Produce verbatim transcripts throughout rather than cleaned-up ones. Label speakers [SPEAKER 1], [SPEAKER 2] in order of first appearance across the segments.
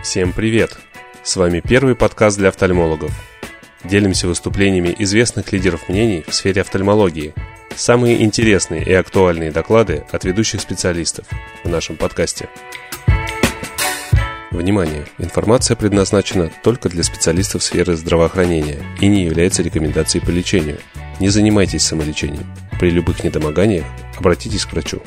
[SPEAKER 1] Всем привет! С вами первый подкаст для офтальмологов. Делимся выступлениями известных лидеров мнений в сфере офтальмологии. Самые интересные и актуальные доклады от ведущих специалистов в нашем подкасте. Внимание! Информация предназначена только для специалистов сферы здравоохранения и не является рекомендацией по лечению. Не занимайтесь самолечением. При любых недомоганиях обратитесь к врачу.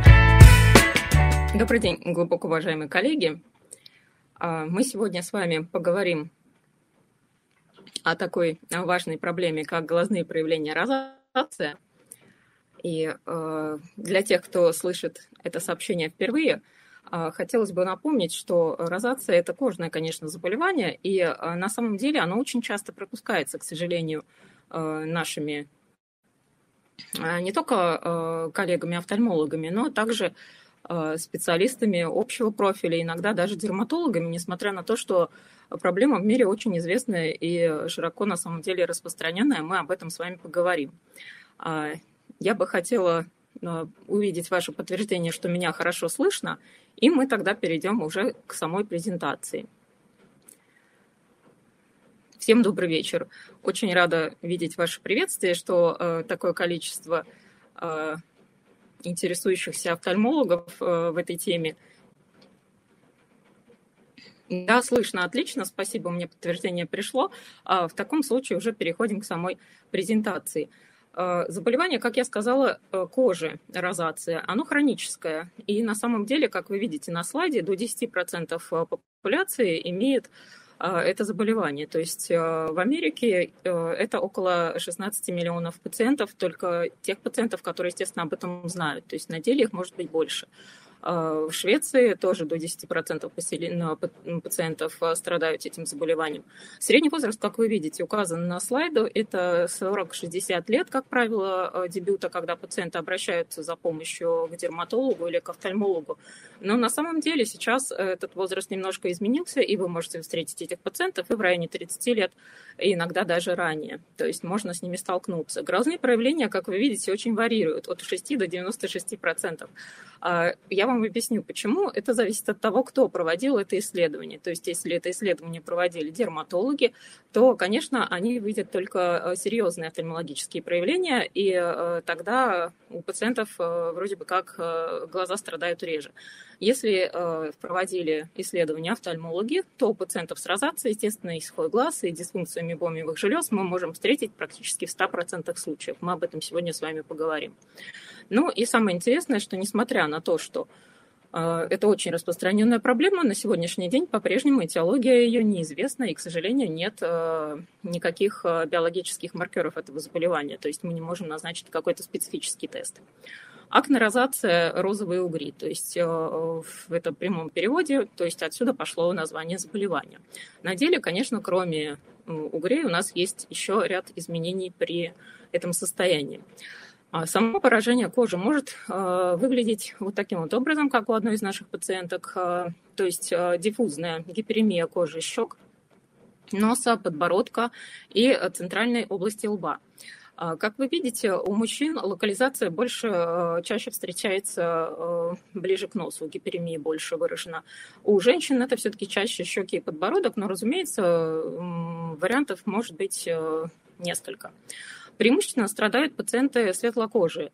[SPEAKER 2] Добрый день, глубоко уважаемые коллеги. Мы сегодня с вами поговорим о такой важной проблеме, как глазные проявления розации. И для тех, кто слышит это сообщение впервые, хотелось бы напомнить, что розация – это кожное, конечно, заболевание, и на самом деле оно очень часто пропускается, к сожалению, нашими не только коллегами-офтальмологами, но также специалистами общего профиля, иногда даже дерматологами, несмотря на то, что проблема в мире очень известная и широко на самом деле распространенная. Мы об этом с вами поговорим. Я бы хотела увидеть ваше подтверждение, что меня хорошо слышно, и мы тогда перейдем уже к самой презентации. Всем добрый вечер. Очень рада видеть ваше приветствие, что такое количество интересующихся офтальмологов э, в этой теме. Да, слышно отлично, спасибо, мне подтверждение пришло. А в таком случае уже переходим к самой презентации. Э, заболевание, как я сказала, кожи, розация, оно хроническое. И на самом деле, как вы видите на слайде, до десять процентов популяции имеет это заболевание. То есть в Америке это около шестнадцать миллионов пациентов, только тех пациентов, которые, естественно, об этом знают. То есть на деле их может быть больше. В Швеции тоже до десять процентов пациентов страдают этим заболеванием. Средний возраст, как вы видите, указан на слайду, это сорок-шестьдесят лет, как правило, дебюта, когда пациенты обращаются за помощью к дерматологу или к офтальмологу. Но на самом деле сейчас этот возраст немножко изменился, и вы можете встретить этих пациентов и в районе тридцати лет, и иногда даже ранее. То есть можно с ними столкнуться. Глазные проявления, как вы видите, очень варьируют от шести до девяноста шести процентов. Я вам объясню, почему. Это зависит от того, кто проводил это исследование. То есть, если это исследование проводили дерматологи, то, конечно, они видят только серьезные офтальмологические проявления, и тогда у пациентов вроде бы как глаза страдают реже. Если проводили исследования офтальмологи, то у пациентов с розацией, естественно, исход глаз и дисфункцию мейбомиевых желез мы можем встретить практически в ста процентах случаев. Мы об этом сегодня с вами поговорим. Ну и самое интересное, что несмотря на то, что э, это очень распространенная проблема, на сегодняшний день по-прежнему этиология ее неизвестна, и, к сожалению, нет э, никаких э, биологических маркеров этого заболевания, то есть мы не можем назначить какой-то специфический тест. Акне-розация, розовые угри, то есть э, в этом прямом переводе, то есть отсюда пошло название заболевания. На деле, конечно, кроме э, угрей у нас есть еще ряд изменений при этом состоянии. Само поражение кожи может э, выглядеть вот таким вот образом, как у одной из наших пациенток, э, то есть э, диффузная гиперемия кожи щек, носа, подбородка и центральной области лба. Э, как вы видите, у мужчин локализация больше, э, чаще встречается э, ближе к носу, гиперемия больше выражена. У женщин это все-таки чаще щеки и подбородок, но, разумеется, э, вариантов может быть э, несколько. Преимущественно страдают пациенты светлокожие,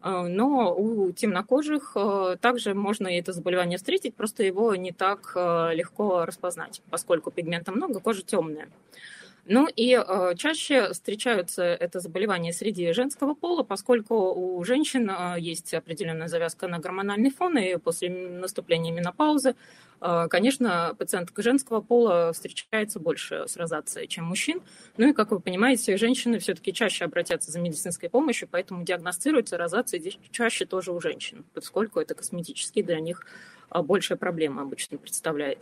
[SPEAKER 2] но у темнокожих также можно это заболевание встретить, просто его не так легко распознать, поскольку пигмента много, кожа темная. Ну и чаще встречаются это заболевание среди женского пола, поскольку у женщин есть определенная завязка на гормональный фон, и после наступления менопаузы, конечно, пациенток женского пола встречается больше с розацией, чем мужчин. Ну и, как вы понимаете, женщины все-таки чаще обратятся за медицинской помощью, поэтому диагностируется розация чаще тоже у женщин, поскольку это косметически для них большая проблема обычно представляет.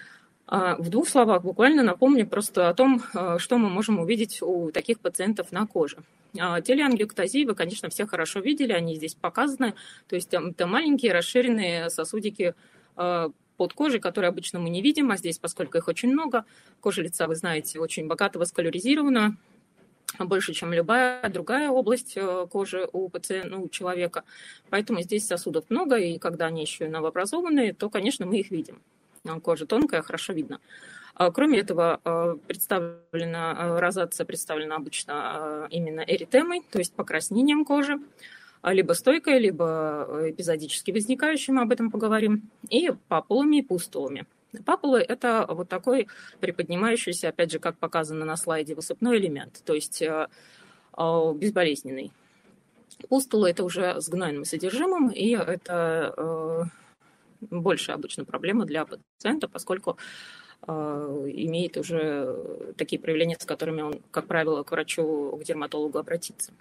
[SPEAKER 2] В двух словах буквально напомню просто о том, что мы можем увидеть у таких пациентов на коже. Телеангиоктазии вы, конечно, все хорошо видели, они здесь показаны. То есть это маленькие расширенные сосудики под кожей, которые обычно мы не видим, а здесь, поскольку их очень много, кожа лица, вы знаете, очень богато васкуляризирована, больше, чем любая другая область кожи у пациента, у человека. Поэтому здесь сосудов много, и когда они еще новообразованные, то, конечно, мы их видим. кожа тонкая, хорошо видно. Кроме этого, представлена, розация представлена обычно именно эритемой, то есть покраснением кожи, либо стойкой, либо эпизодически возникающей, мы об этом поговорим, и папулами и пустулами. Папулы – это вот такой приподнимающийся, опять же, как показано на слайде, высыпной элемент, то есть безболезненный. Пустулы – это уже с гнойным содержимым, и это большая обычно проблема для пациента, поскольку имеет уже такие проявления, с которыми он, как правило, к врачу, к дерматологу обратится.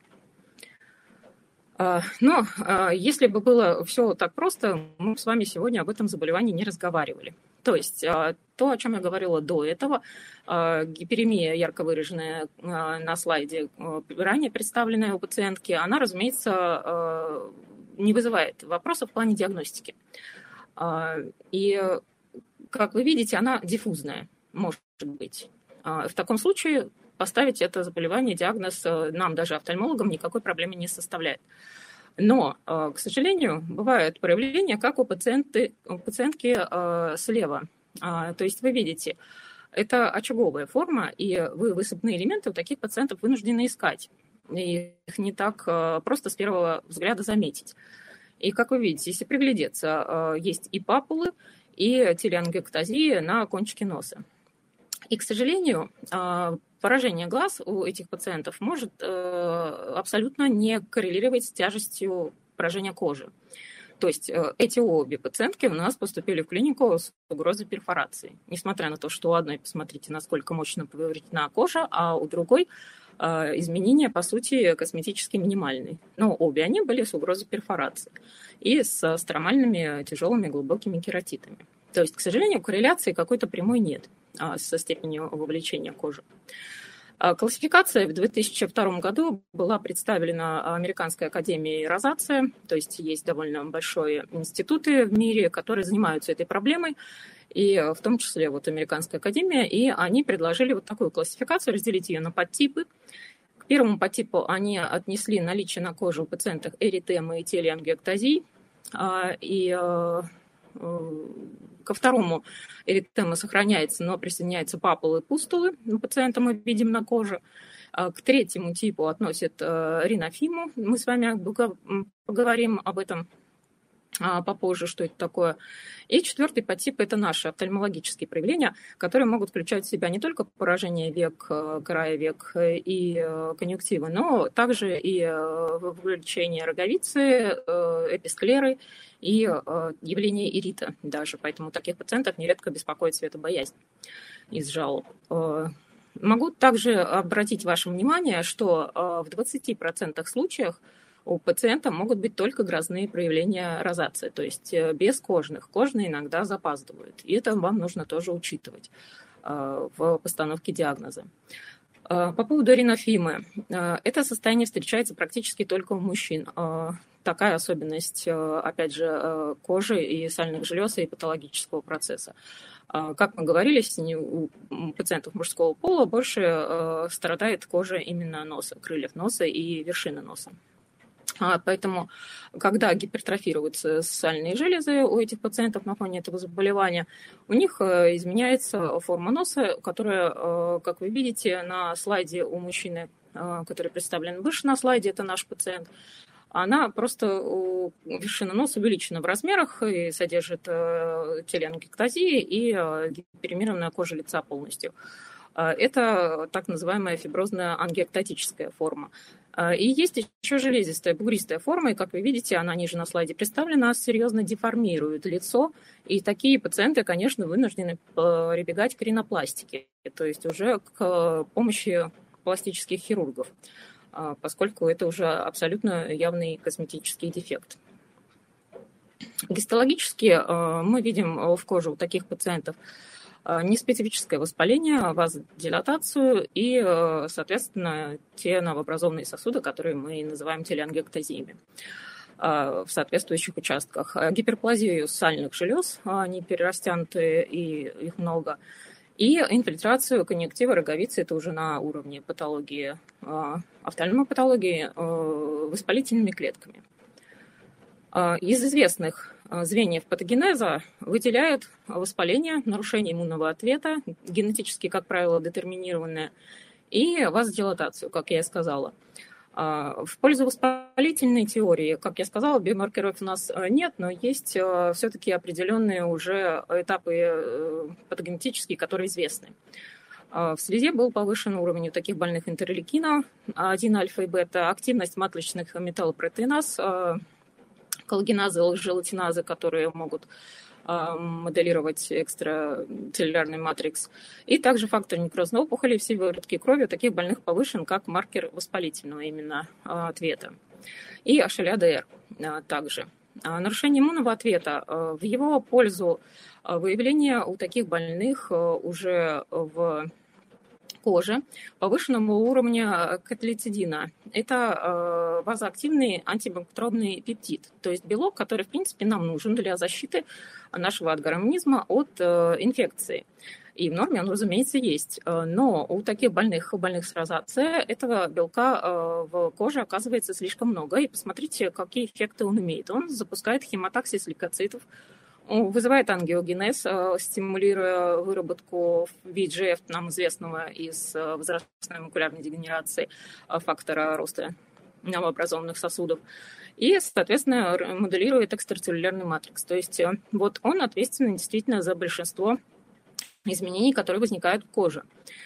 [SPEAKER 2] Но если бы было все так просто, мы с вами сегодня об этом заболевании не разговаривали. То есть то, о чем я говорила до этого, гиперемия, ярко выраженная на слайде, ранее представленная у пациентки, она, разумеется, не вызывает вопросов в плане диагностики. И, как вы видите, она диффузная, может быть. В таком случае поставить это заболевание, диагноз нам, даже офтальмологам, никакой проблемы не составляет. Но, к сожалению, бывают проявления, как у, пациенты, у пациентки слева. То есть вы видите, это очаговая форма, и вы высыпные элементы у таких пациентов вынуждены искать. И их не так просто с первого взгляда заметить. И, как вы видите, если приглядеться, есть и папулы, и телеангиэктазия на кончике носа. И, к сожалению, поражение глаз у этих пациентов может абсолютно не коррелировать с тяжестью поражения кожи. То есть эти обе пациентки у нас поступили в клинику с угрозой перфорации. Несмотря на то, что у одной, посмотрите, насколько мощно повреждена кожа, а у другой изменения, по сути, косметически минимальные. Но обе они были с угрозой перфорации и с стромальными тяжелыми глубокими кератитами. То есть, к сожалению, корреляции какой-то прямой нет со степенью вовлечения кожи. Классификация в две тысячи втором году была представлена Американской академией розация, то есть есть довольно большие институты в мире, которые занимаются этой проблемой, и в том числе вот Американская академия, и они предложили вот такую классификацию, разделить ее на подтипы. К первому подтипу они отнесли наличие на коже у пациентов эритемы и телеангиэктазий, и ко второму эритема сохраняется, но присоединяются папулы и пустулы у пациента, мы видим на коже. К третьему типу относят ринофиму. Мы с вами поговорим об этом попозже, что это такое. И четвертый подтип – это наши офтальмологические проявления, которые могут включать в себя не только поражение век, края век и конъюнктивы, но также и вовлечение роговицы, эписклеры и явление ирита даже. Поэтому таких пациентов нередко беспокоит светобоязнь из жалоб. Могу также обратить ваше внимание, что в двадцати процентах случаев у пациента могут быть только глазные проявления розации, то есть без кожных. Кожные иногда запаздывают, и это вам нужно тоже учитывать в постановке диагноза. По поводу ринофимы. Это состояние встречается практически только у мужчин. Такая особенность, опять же, кожи и сальных желез и патологического процесса. Как мы говорили, у пациентов мужского пола больше страдает кожа именно носа, крыльев носа и вершины носа. Поэтому, когда гипертрофируются сальные железы у этих пациентов на фоне этого заболевания, у них изменяется форма носа, которая, как вы видите на слайде у мужчины, который представлен выше на слайде, это наш пациент, она просто, вершина носа увеличена в размерах и содержит телеангиэктазии и гиперемированная кожа лица полностью. Это так называемая фиброзная ангиэктатическая форма. И есть еще железистая, бугристая форма, и, как вы видите, она ниже на слайде представлена, серьезно деформирует лицо, и такие пациенты, конечно, вынуждены прибегать к ринопластике, то есть уже к помощи пластических хирургов, поскольку это уже абсолютно явный косметический дефект. Гистологически мы видим в коже у таких пациентов неспецифическое воспаление, вазодилатацию и, соответственно, те новообразованные сосуды, которые мы называем телеангиэктазиями в соответствующих участках. Гиперплазию сальных желез, они перерастянуты и их много, и инфильтрацию конъюнктивы роговицы, это уже на уровне патологии, офтальмопатологии, воспалительными клетками. Из известных звеньев патогенеза выделяют воспаление, нарушение иммунного ответа, генетически, как правило, детерминированное, и вазодилатацию, как я и сказала. В пользу воспалительной теории, как я сказала, биомаркеров у нас нет, но есть все-таки определенные уже этапы патогенетические, которые известны. В слезе был повышен уровень у таких больных интерлейкина один альфа и бета, активность маточных металлопротеиназ, коллагеназы, желатиназы, которые могут моделировать экстрацеллюлярный матрикс, и также фактор некрозной опухоли в сыворотке крови у таких больных повышен как маркер воспалительного именно ответа. И эйч эл а дэ эр также. Нарушение иммунного ответа в его пользу выявление у таких больных уже в коже повышенного уровня каталицидина. Это вазоактивный антимикробный пептид, то есть белок, который, в принципе, нам нужен для защиты нашего организма от инфекции. И в норме он, разумеется, есть. Но у таких больных, у больных с розацией этого белка в коже оказывается слишком много. И посмотрите, какие эффекты он имеет. Он запускает хемотаксис лейкоцитов, вызывает ангиогенез, стимулируя выработку ви джи эф, нам известного из возрастной макулярной дегенерации, фактора роста новообразованных сосудов. И, соответственно, моделирует экстрацеллюлярный матрикс. То есть вот он ответственен действительно за большинство изменений, которые возникают в коже.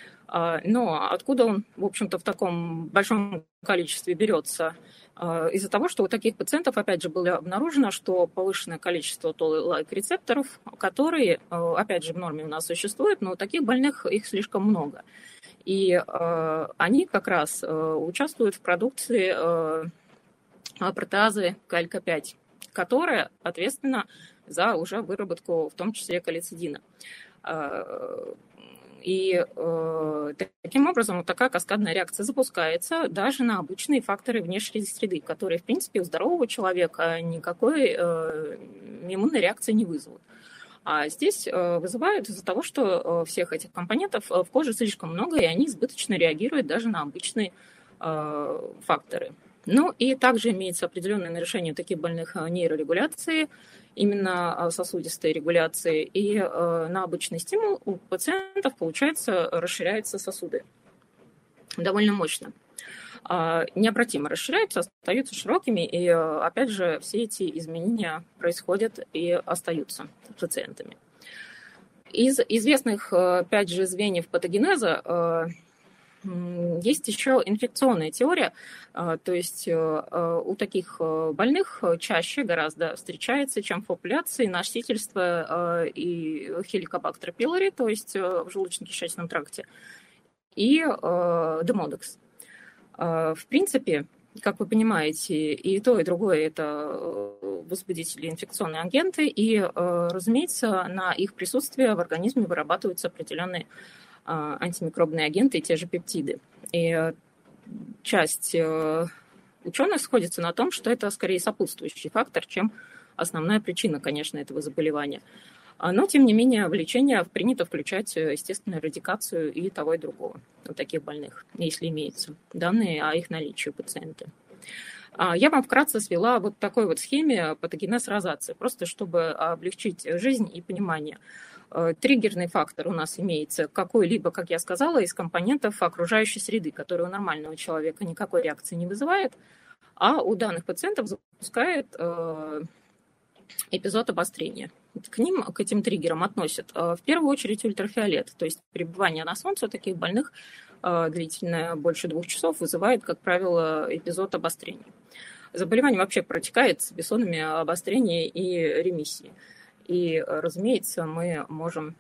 [SPEAKER 2] Но откуда он, в общем-то, в таком большом количестве берется? Из-за того, что у таких пациентов, опять же, было обнаружено, что повышенное количество толл-лайк-рецепторов, которые, опять же, в норме у нас существуют, но у таких больных их слишком много. И э, они как раз э, участвуют в продукции э, протеазы ка эл ка пять, которая ответственна за уже выработку, в том числе, калицидина. Э, И э, таким образом вот такая каскадная реакция запускается даже на обычные факторы внешней среды, которые, в принципе, у здорового человека никакой э, иммунной реакции не вызовут. А здесь э, вызывают из-за того, что э, всех этих компонентов в коже слишком много, и они избыточно реагируют даже на обычные э, факторы. Ну и также имеется определенное нарушение таких больных нейрорегуляции, именно сосудистой регуляции, и э, на обычный стимул у пациентов, получается, расширяются сосуды довольно мощно. Э, необратимо расширяются, остаются широкими, и, э, опять же, все эти изменения происходят и остаются с пациентами. Из известных, опять же, звеньев патогенеза э, есть еще инфекционная теория, то есть у таких больных чаще гораздо встречается, чем в популяции, носительство и хеликобактер пилори, то есть в желудочно-кишечном тракте, и демодекс. В принципе, как вы понимаете, и то, и другое – это возбудители, инфекционные агенты, и, разумеется, на их присутствие в организме вырабатываются определенные антимикробные агенты и те же пептиды. И часть ученых сходится на том, что это скорее сопутствующий фактор, чем основная причина, конечно, этого заболевания. Но, тем не менее, в лечение принято включать, естественно, радикацию и того, и другого у таких больных, если имеются данные о их наличии у пациента. Я вам вкратце свела вот такой вот схеме патогенез розации, просто чтобы облегчить жизнь и понимание. Триггерный фактор у нас имеется какой-либо, как я сказала, из компонентов окружающей среды, который у нормального человека никакой реакции не вызывает, а у данных пациентов запускает э, эпизод обострения. К ним, к этим триггерам относят э, в первую очередь ультрафиолет, то есть пребывание на солнце у таких больных э, длительное, больше двух часов, вызывает, как правило, эпизод обострения. Заболевание вообще протекает с эпизодами обострения и ремиссии. И, разумеется, мы можем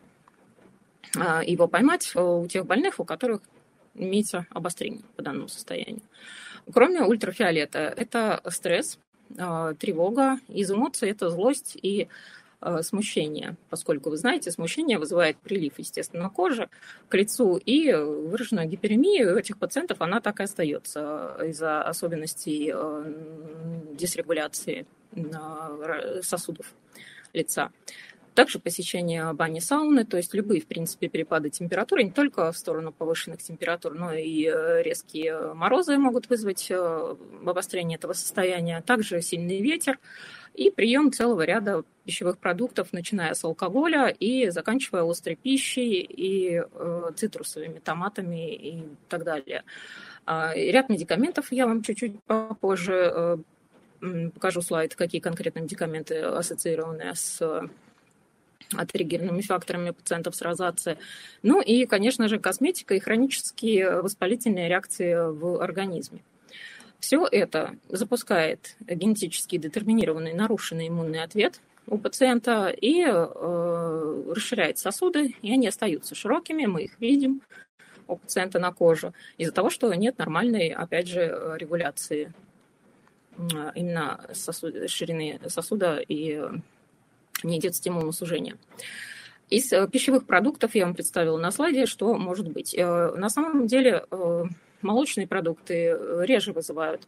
[SPEAKER 2] его поймать у тех больных, у которых имеется обострение по данному состоянию. Кроме ультрафиолета, это стресс, тревога, из эмоций это злость и смущение, поскольку, вы знаете, смущение вызывает прилив, естественно, кожи к лицу и выраженную гиперемию. У этих пациентов она так и остается из-за особенностей дисрегуляции сосудов лица. Также посещение бани, сауны, то есть любые, в принципе, перепады температуры, не только в сторону повышенных температур, но и резкие морозы могут вызвать обострение этого состояния. Также сильный ветер и прием целого ряда пищевых продуктов, начиная с алкоголя и заканчивая острой пищей и цитрусовыми, томатами и так далее. Ряд медикаментов я вам чуть-чуть попозже покажу слайд, какие конкретно медикаменты ассоциированы с триггерными факторами пациентов с розацией. Ну и, конечно же, косметика и хронические воспалительные реакции в организме. Все это запускает генетически детерминированный нарушенный иммунный ответ у пациента и э, расширяет сосуды, и они остаются широкими, мы их видим у пациента на коже, из-за того, что нет нормальной, опять же, регуляции именно сосуд, ширины сосуда и не идет стимул на сужение. Из пищевых продуктов я вам представила на слайде, что может быть. На самом деле молочные продукты реже вызывают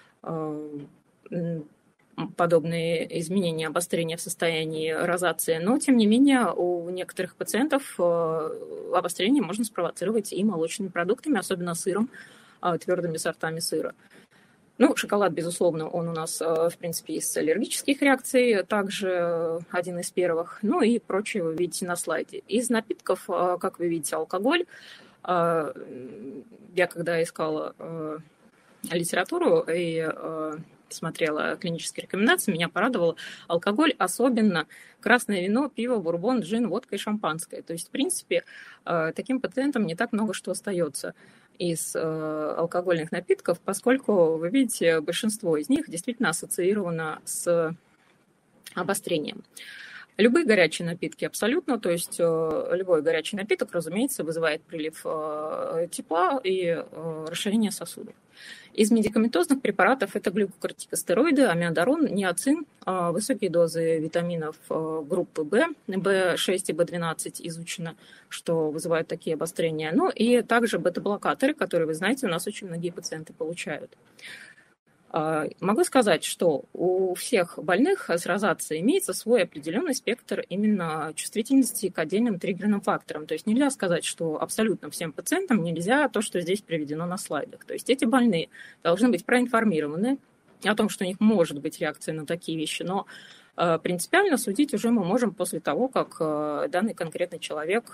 [SPEAKER 2] подобные изменения, обострения в состоянии розации, но, тем не менее, у некоторых пациентов обострение можно спровоцировать и молочными продуктами, особенно сыром, твердыми сортами сыра. Ну, шоколад, безусловно, он у нас, в принципе, из аллергических реакций, также один из первых, ну и прочее вы видите на слайде. Из напитков, как вы видите, алкоголь. Я когда искала литературу и смотрела клинические рекомендации, меня порадовало алкоголь, особенно красное вино, пиво, бурбон, джин, водка и шампанское. То есть, в принципе, таким пациентам не так много что остается из алкогольных напитков, поскольку, вы видите, большинство из них действительно ассоциировано с обострением. Любые горячие напитки абсолютно, то есть любой горячий напиток, разумеется, вызывает прилив тепла и расширение сосудов. Из медикаментозных препаратов это глюкокортикостероиды, амиодарон, ниацин, высокие дозы витаминов группы В, В шесть и В двенадцать изучено, что вызывают такие обострения. Ну и также бета-блокаторы, которые, вы знаете, у нас очень многие пациенты получают. Могу сказать, что у всех больных с розацией имеется свой определенный спектр именно чувствительности к отдельным триггерным факторам. То есть нельзя сказать, что абсолютно всем пациентам нельзя то, что здесь приведено на слайдах. То есть эти больные должны быть проинформированы о том, что у них может быть реакция на такие вещи, но принципиально судить уже мы можем после того, как данный конкретный человек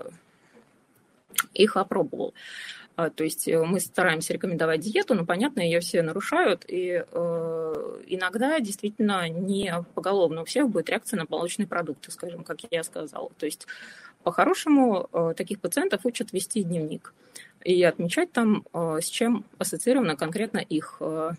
[SPEAKER 2] их опробовал. То есть мы стараемся рекомендовать диету, но, понятно, ее все нарушают, и э, иногда действительно не поголовно у всех будет реакция на молочные продукты, скажем, как я сказала. То есть по-хорошему э, таких пациентов учат вести дневник и отмечать там, э, с чем ассоциирована конкретно их э,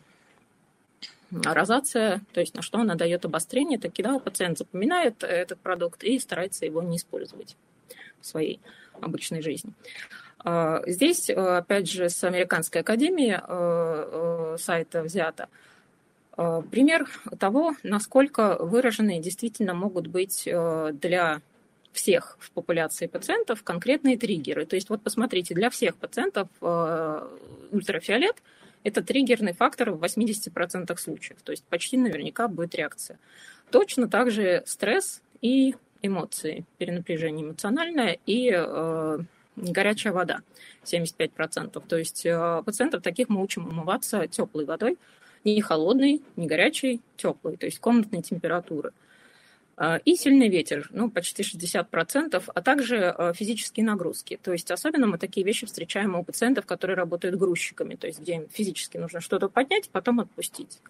[SPEAKER 2] розация, то есть на что она дает обострение. Тогда пациент запоминает этот продукт и старается его не использовать в своей обычной жизни. Здесь, опять же, с Американской академии сайта взято пример того, насколько выраженные действительно могут быть для всех в популяции пациентов конкретные триггеры. То есть вот посмотрите, для всех пациентов ультрафиолет – это триггерный фактор в восемьдесят процентов случаев, то есть почти наверняка будет реакция. Точно так же стресс и эмоции, перенапряжение эмоциональное и горячая вода, семьдесят пять процентов. То есть пациентов таких мы учим умываться теплой водой, не холодной, не горячей, теплой, то есть комнатной температуры. И сильный ветер, ну, почти шестьдесят процентов, а также физические нагрузки. То есть особенно мы такие вещи встречаем у пациентов, которые работают грузчиками, то есть где им физически нужно что-то поднять, потом отпустить.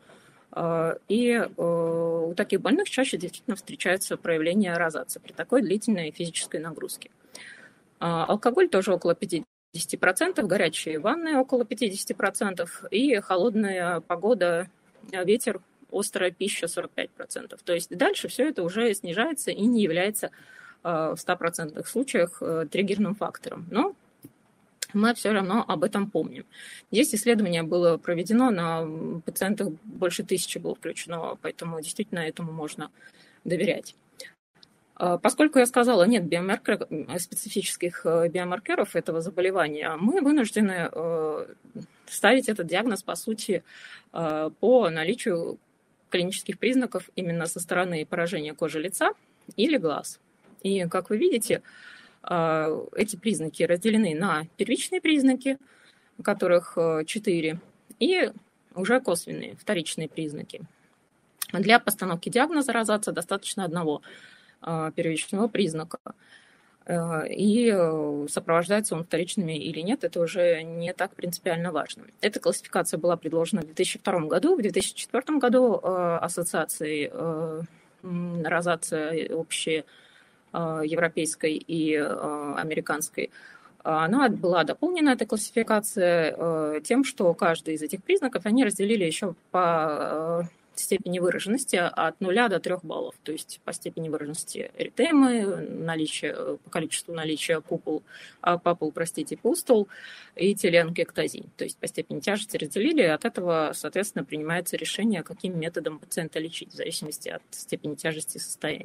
[SPEAKER 2] И у таких больных чаще действительно встречаются проявления розации при такой длительной физической нагрузке. Алкоголь тоже около пятьдесят процентов, горячие ванны около пятьдесят процентов и холодная погода, ветер, острая пища сорок пять процентов. То есть дальше все это уже снижается и не является в ста процентах случаях триггерным фактором. Но мы все равно об этом помним. Здесь исследование было проведено на пациентах, больше тысячи было включено, поэтому действительно этому можно доверять. Поскольку я сказала, нет биомаркеров, специфических биомаркеров этого заболевания, мы вынуждены ставить этот диагноз, по сути, по наличию клинических признаков именно со стороны поражения кожи лица или глаз. И, как вы видите, эти признаки разделены на первичные признаки, которых четыре, и уже косвенные, вторичные признаки. Для постановки диагноза розация достаточно одного первичного признака. И сопровождается он вторичными или нет, это уже не так принципиально важно. Эта классификация была предложена в две тысячи втором году. В две тысячи четвёртом году Ассоциацией розации общей европейской и американской, она была дополнена, эта классификация, тем, что каждый из этих признаков они разделили еще по степени выраженности от нуля до трёх баллов, то есть по степени выраженности эритемы, наличие, по количеству наличия пупул, папул, простите, пустул и теленгектазий, то есть по степени тяжести разделили, и от этого, соответственно, принимается решение, каким методом пациента лечить, в зависимости от степени тяжести и состояния.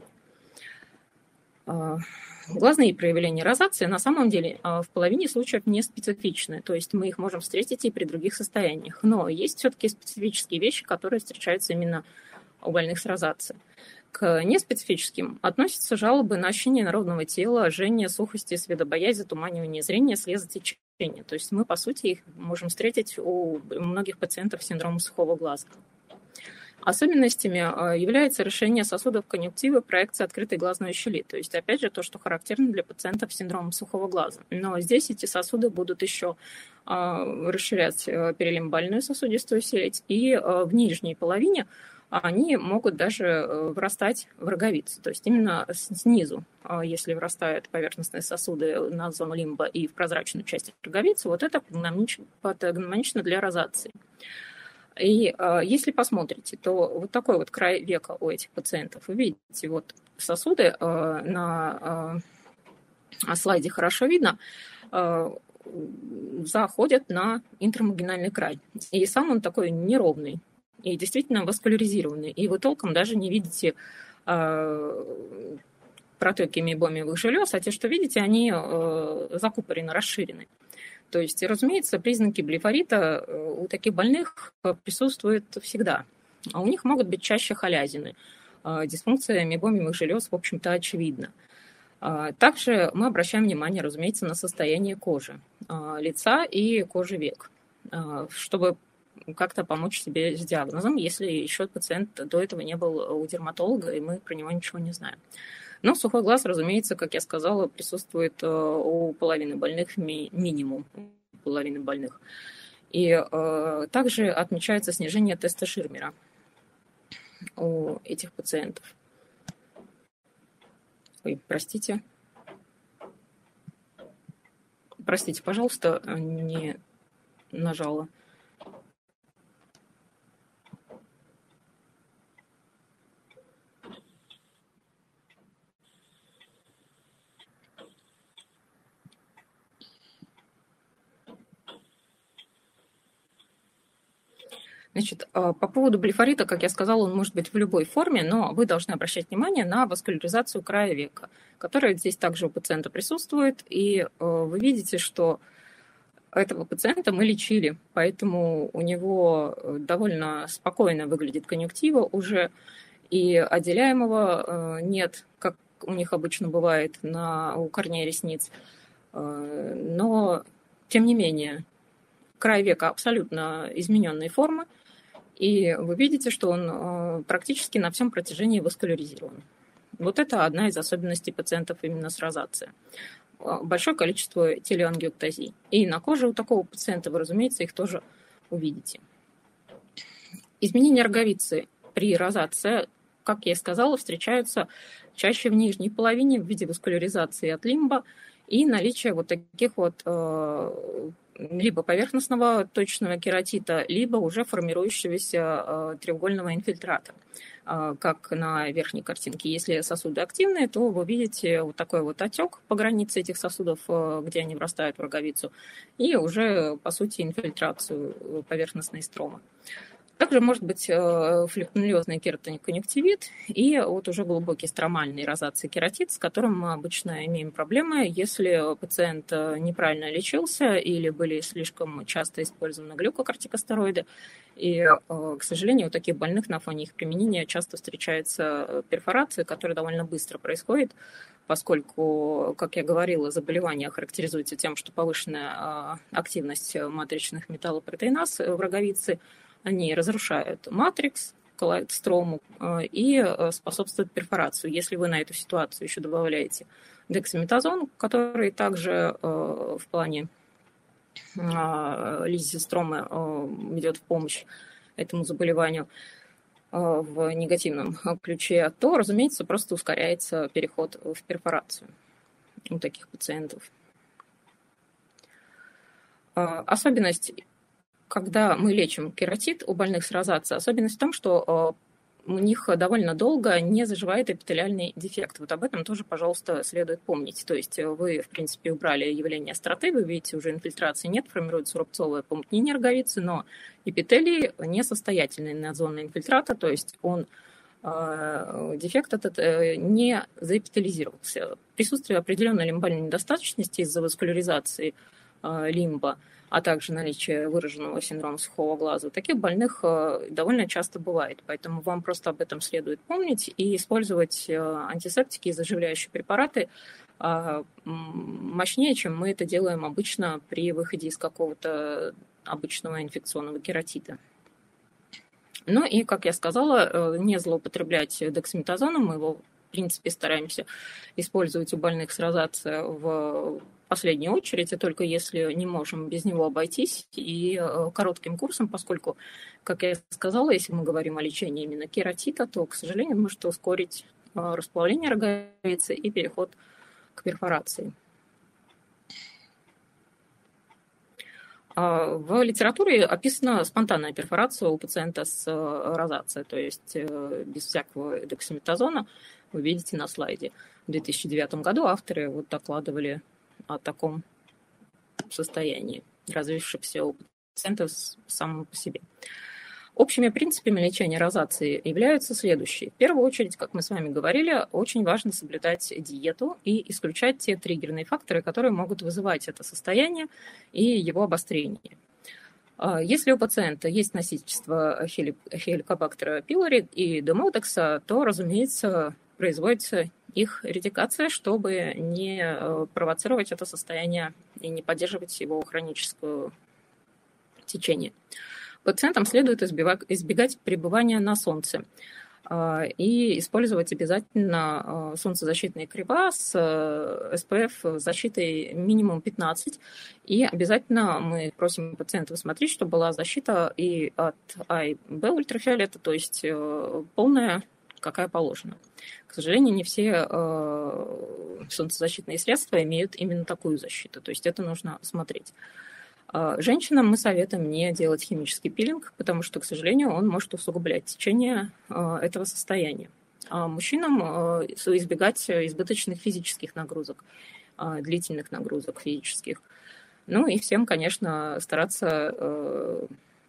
[SPEAKER 2] Глазные проявления розации на самом деле в половине случаев не специфичны, то есть мы их можем встретить и при других состояниях, но есть все-таки специфические вещи, которые встречаются именно у больных с розацией. К неспецифическим относятся жалобы на ощущение народного тела, жжение, сухости, светобоязнь, затуманивание зрения, слезотечение. То есть мы, по сути, их можем встретить у многих пациентов с синдромом сухого глаза. Особенностями является расширение сосудов конъюнктивы, проекция открытой глазной щели. То есть, опять же, то, что характерно для пациентов с синдромом сухого глаза. Но здесь эти сосуды будут еще расширять перилимбальную сосудистую сеть, и в нижней половине они могут даже врастать в роговицу. То есть именно снизу, если врастают поверхностные сосуды на зону лимба и в прозрачную часть роговицы, вот это патогномонично для розации. И э, если посмотрите, то вот такой вот край века у этих пациентов. Вы видите, вот сосуды э, на э, слайде хорошо видно, э, заходят на интрамаргинальный край. И сам он такой неровный и действительно васкуляризированный. И вы толком даже не видите э, протеки мейбомиевых желез, а те, что видите, они э, закупорены, расширены. То есть, разумеется, признаки блефорита у таких больных присутствуют всегда. А у них могут быть чаще халязины. Дисфункция мейбомиевых желез, в общем-то, очевидна. Также мы обращаем внимание, разумеется, на состояние кожи, лица и кожи век, чтобы как-то помочь себе с диагнозом, если еще пациент до этого не был у дерматолога, и мы про него ничего не знаем. Но сухой глаз, разумеется, как я сказала, присутствует у половины больных, ми- минимум у половины больных. И э, также отмечается снижение теста Ширмера у этих пациентов. Ой, простите. Простите, пожалуйста, не нажала. Значит, по поводу блефорита, как я сказала, он может быть в любой форме, но вы должны обращать внимание на васкуляризацию края века, которая здесь также у пациента присутствует, и вы видите, что этого пациента мы лечили, поэтому у него довольно спокойно выглядит конъюнктива уже, и отделяемого нет, как у них обычно бывает на, у корней ресниц, но тем не менее край века абсолютно измененной формы, и вы видите, что он практически на всем протяжении васкуляризирован. Вот это одна из особенностей пациентов именно с розацией. Большое количество телеангиоктазий. И на коже у такого пациента вы, разумеется, их тоже увидите. Изменения роговицы при розации, как я и сказала, встречаются чаще в нижней половине в виде васкуляризации от лимба и наличия вот таких вот либо поверхностного точечного кератита, либо уже формирующегося треугольного инфильтрата, как на верхней картинке. Если сосуды активные, то вы видите вот такой вот отек по границе этих сосудов, где они врастают в роговицу, и уже, по сути, инфильтрацию поверхностной стромы. Также может быть фолликулезный кератоконъюнктивит и вот уже глубокий стромальный розация кератит, с которым мы обычно имеем проблемы, если пациент неправильно лечился или были слишком часто использованы глюкокортикостероиды. И, к сожалению, у таких больных на фоне их применения часто встречается перфорация, которая довольно быстро происходит, поскольку, как я говорила, заболевание характеризуется тем, что повышенная активность матричных металлопротеиназ в роговице, они разрушают матрикс, коллоидострому и способствуют перфорации. Если вы на эту ситуацию еще добавляете дексаметазон, который также в плане лизистромы идет в помощь этому заболеванию в негативном ключе, то, разумеется, просто ускоряется переход в перфорацию у таких пациентов. Особенность, когда мы лечим кератит у больных с розацией, особенность в том, что у них довольно долго не заживает эпителиальный дефект. Вот об этом тоже, пожалуйста, следует помнить. То есть вы, в принципе, убрали явление остроты, вы видите, уже инфильтрации нет, формируется рубцовое помутнение роговицы, но эпителий несостоятельный надзонный инфильтрата, то есть он, дефект этот не заэпителизировался. Присутствие определенной лимбальной недостаточности из-за васкуляризации лимба, а также наличие выраженного синдрома сухого глаза, у таких больных довольно часто бывает. Поэтому вам просто об этом следует помнить и использовать антисептики и заживляющие препараты мощнее, чем мы это делаем обычно при выходе из какого-то обычного инфекционного кератита. Ну и, как я сказала, не злоупотреблять дексаметазоном. Мы его, в принципе, стараемся использовать у больных с розацией в последнюю очередь, и только если не можем без него обойтись, и коротким курсом, поскольку, как я сказала, если мы говорим о лечении именно кератита, то, к сожалению, может ускорить расплавление роговицы и переход к перфорации. В литературе описана спонтанная перфорация у пациента с розацией, то есть без всякого дексаметазона. Вы видите на слайде. В две тысячи девятом году авторы вот докладывали о таком состоянии, развившемся у пациентов самому по себе. Общими принципами лечения розации являются следующие. В первую очередь, как мы с вами говорили, очень важно соблюдать диету и исключать те триггерные факторы, которые могут вызывать это состояние и его обострение. Если у пациента есть носительство хеликобактера пилори и демодекса, то, разумеется, производится их редикация, чтобы не провоцировать это состояние и не поддерживать его хроническое течение. Пациентам следует избегать, избегать пребывания на солнце и использовать обязательно солнцезащитные крема с эс пэ эф защитой минимум пятнадцать. И обязательно мы просим пациентов смотреть, чтобы была защита и от А и Б ультрафиолета, то есть полная, какая положена. К сожалению, не все солнцезащитные средства имеют именно такую защиту, то есть это нужно смотреть. Женщинам мы советуем не делать химический пилинг, потому что, к сожалению, он может усугублять течение этого состояния. А мужчинам избегать избыточных физических нагрузок, длительных нагрузок физических. Ну и всем, конечно, стараться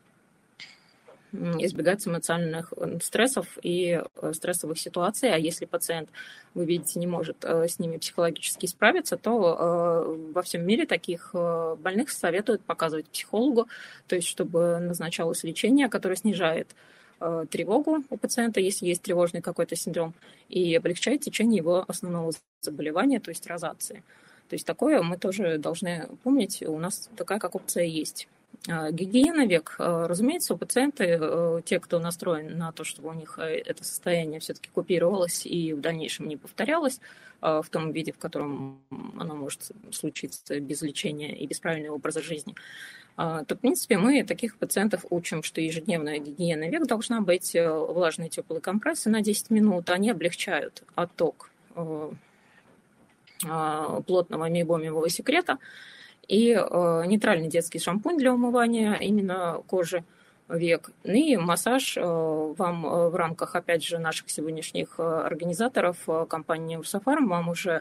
[SPEAKER 2] избегать эмоциональных стрессов и стрессовых ситуаций. А если пациент, вы видите, не может с ними психологически справиться, то во всем мире таких больных советуют показывать психологу, то есть чтобы назначалось лечение, которое снижает тревогу у пациента, если есть тревожный какой-то синдром, и облегчает течение его основного заболевания, то есть розации. То есть такое мы тоже должны помнить, у нас такая как опция есть. Гигиена век. Разумеется, у пациента, те, кто настроен на то, чтобы у них это состояние все-таки купировалось и в дальнейшем не повторялось в том виде, в котором оно может случиться без лечения и без правильного образа жизни, то, в принципе, мы таких пациентов учим, что ежедневная гигиена век должна быть влажные теплые компрессы на десять минут. Они облегчают отток плотного мейбомиевого секрета, и э, нейтральный детский шампунь для умывания именно кожи век, и массаж э, вам в рамках, опять же, наших сегодняшних организаторов, э, компании Урсофарм, вам уже,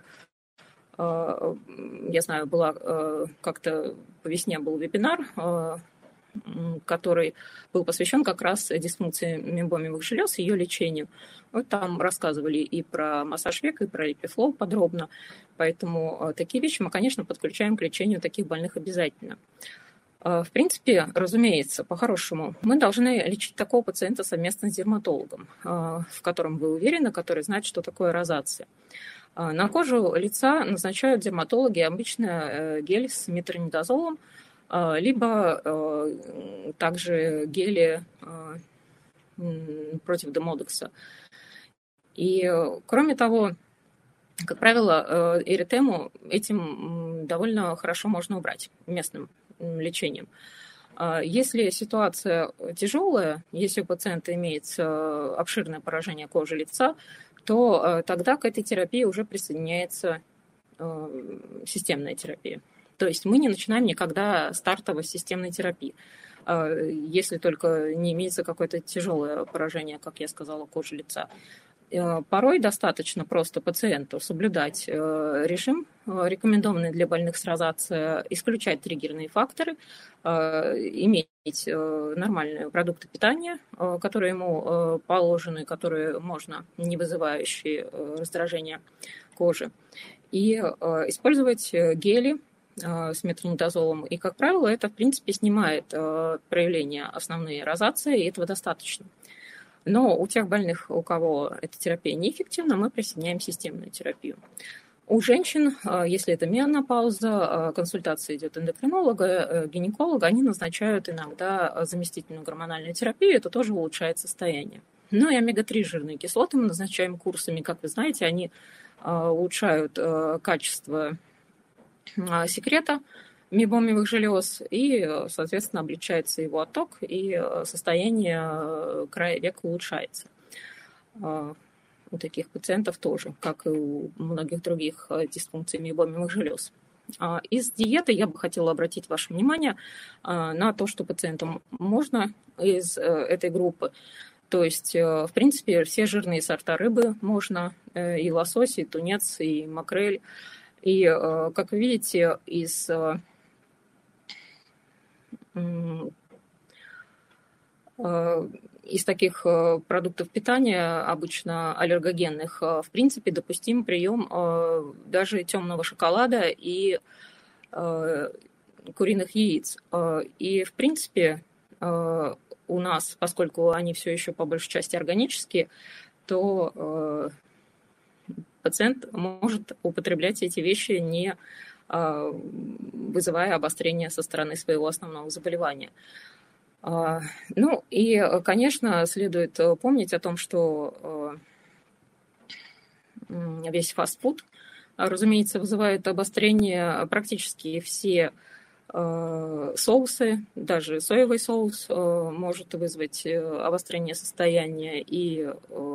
[SPEAKER 2] э, я знаю, была э, как-то по весне был вебинар, э, который был посвящен как раз дисфункции мейбомиевых желез и ее лечению. Вот там рассказывали и про массаж века, и про липифлоу подробно. Поэтому такие вещи мы, конечно, подключаем к лечению таких больных обязательно. В принципе, разумеется, по-хорошему, мы должны лечить такого пациента совместно с дерматологом, в котором вы уверены, который знает, что такое розация. На кожу лица назначают дерматологи обычно гель с метронидазолом, либо также гели против демодекса. И, кроме того, как правило, эритему этим довольно хорошо можно убрать местным лечением. Если ситуация тяжелая, если у пациента имеется обширное поражение кожи лица, то тогда к этой терапии уже присоединяется системная терапия. То есть мы не начинаем никогда стартовой системной терапии, если только не имеется какое-то тяжелое поражение, как я сказала, кожи лица. Порой достаточно просто пациенту соблюдать режим, рекомендованный для больных с розацией, исключать триггерные факторы, иметь нормальные продукты питания, которые ему положены, которые можно, не вызывающие раздражения кожи, и использовать гели с метронидазолом. И, как правило, это, в принципе, снимает проявления основные розации, и этого достаточно. Но у тех больных, у кого эта терапия неэффективна, мы присоединяем системную терапию. У женщин, если это менопауза, консультация идет эндокринолога, гинеколога, они назначают иногда заместительную гормональную терапию, это тоже улучшает состояние. Ну и омега три жирные кислоты мы назначаем курсами, как вы знаете, они улучшают качество секрета мейбомиевых желез, и, соответственно, облегчается его отток, и состояние края века улучшается. У таких пациентов тоже, как и у многих других дисфункций мейбомиевых желез. Из диеты я бы хотела обратить ваше внимание на то, что пациентам можно из этой группы. То есть, в принципе, все жирные сорта рыбы можно, и лосось, и тунец, и макрель. И, как вы видите, из, из таких продуктов питания, обычно аллергогенных, в принципе, допустим прием даже темного шоколада и куриных яиц. И, в принципе, у нас, поскольку они все еще по большей части органические, то пациент может употреблять эти вещи, не вызывая обострения со стороны своего основного заболевания. Ну и, конечно, следует помнить о том, что весь фастфуд, разумеется, вызывает обострение. Практически все соусы, даже соевый соус может вызвать обострение состояния, и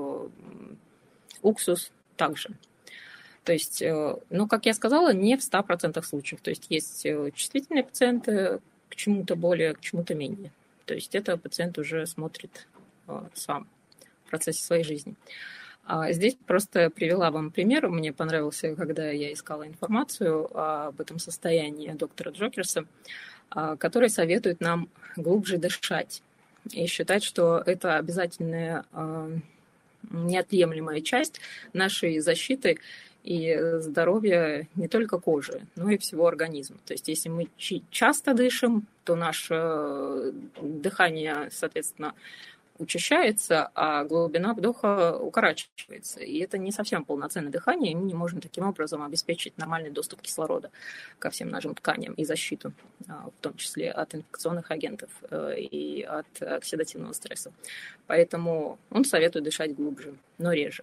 [SPEAKER 2] уксус также. То есть, ну, как я сказала, не в ста процентах случаев. То есть есть чувствительные пациенты к чему-то более, к чему-то менее. То есть это пациент уже смотрит сам в процессе своей жизни. Здесь просто привела вам пример. Мне понравился, когда я искала информацию об этом состоянии доктора Джокерса, который советует нам глубже дышать и считать, что это обязательная неотъемлемая часть нашей защиты и здоровья не только кожи, но и всего организма. То есть если мы часто дышим, то наше дыхание, соответственно, учащается, а глубина вдоха укорачивается. И это не совсем полноценное дыхание, и мы не можем таким образом обеспечить нормальный доступ кислорода ко всем нашим тканям и защиту, в том числе от инфекционных агентов и от оксидативного стресса. Поэтому он советует дышать глубже, но реже.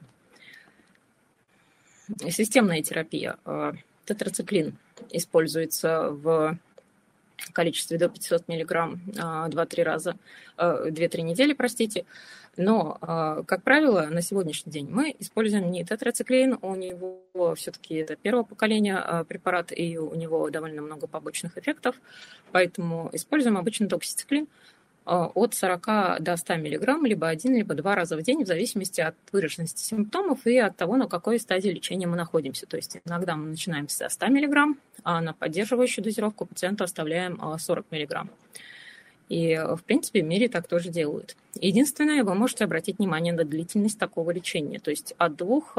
[SPEAKER 2] Системная терапия. Тетрациклин используется в количестве до пятисот миллиграмм два-три раза, две-три недели, простите. Но, как правило, на сегодняшний день мы используем не тетрациклин, у него все-таки это первого поколения препарат, и у него довольно много побочных эффектов, поэтому используем обычно доксициклин от сорока до ста миллиграмм, либо один, либо два раза в день, в зависимости от выраженности симптомов и от того, на какой стадии лечения мы находимся. То есть иногда мы начинаем со ста миллиграмм, а на поддерживающую дозировку пациенту оставляем сорок миллиграмм. И, в принципе, в мире так тоже делают. Единственное, вы можете обратить внимание на длительность такого лечения. То есть от двух,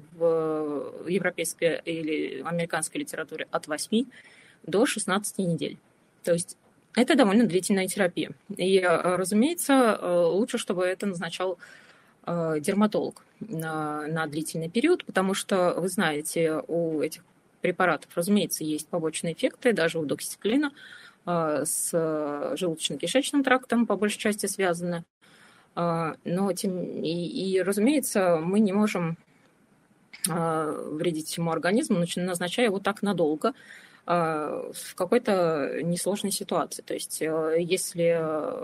[SPEAKER 2] в европейской или американской литературе от восьми до шестнадцати недель. То есть это довольно длительная терапия. И, разумеется, лучше, чтобы это назначал дерматолог на, на длительный период, потому что, вы знаете, у этих препаратов, разумеется, есть побочные эффекты, даже у доксициклина, с желудочно-кишечным трактом по большей части связаны. Но, тем, и, и, разумеется, мы не можем вредить всему организму, назначая его так надолго в какой-то несложной ситуации. То есть, если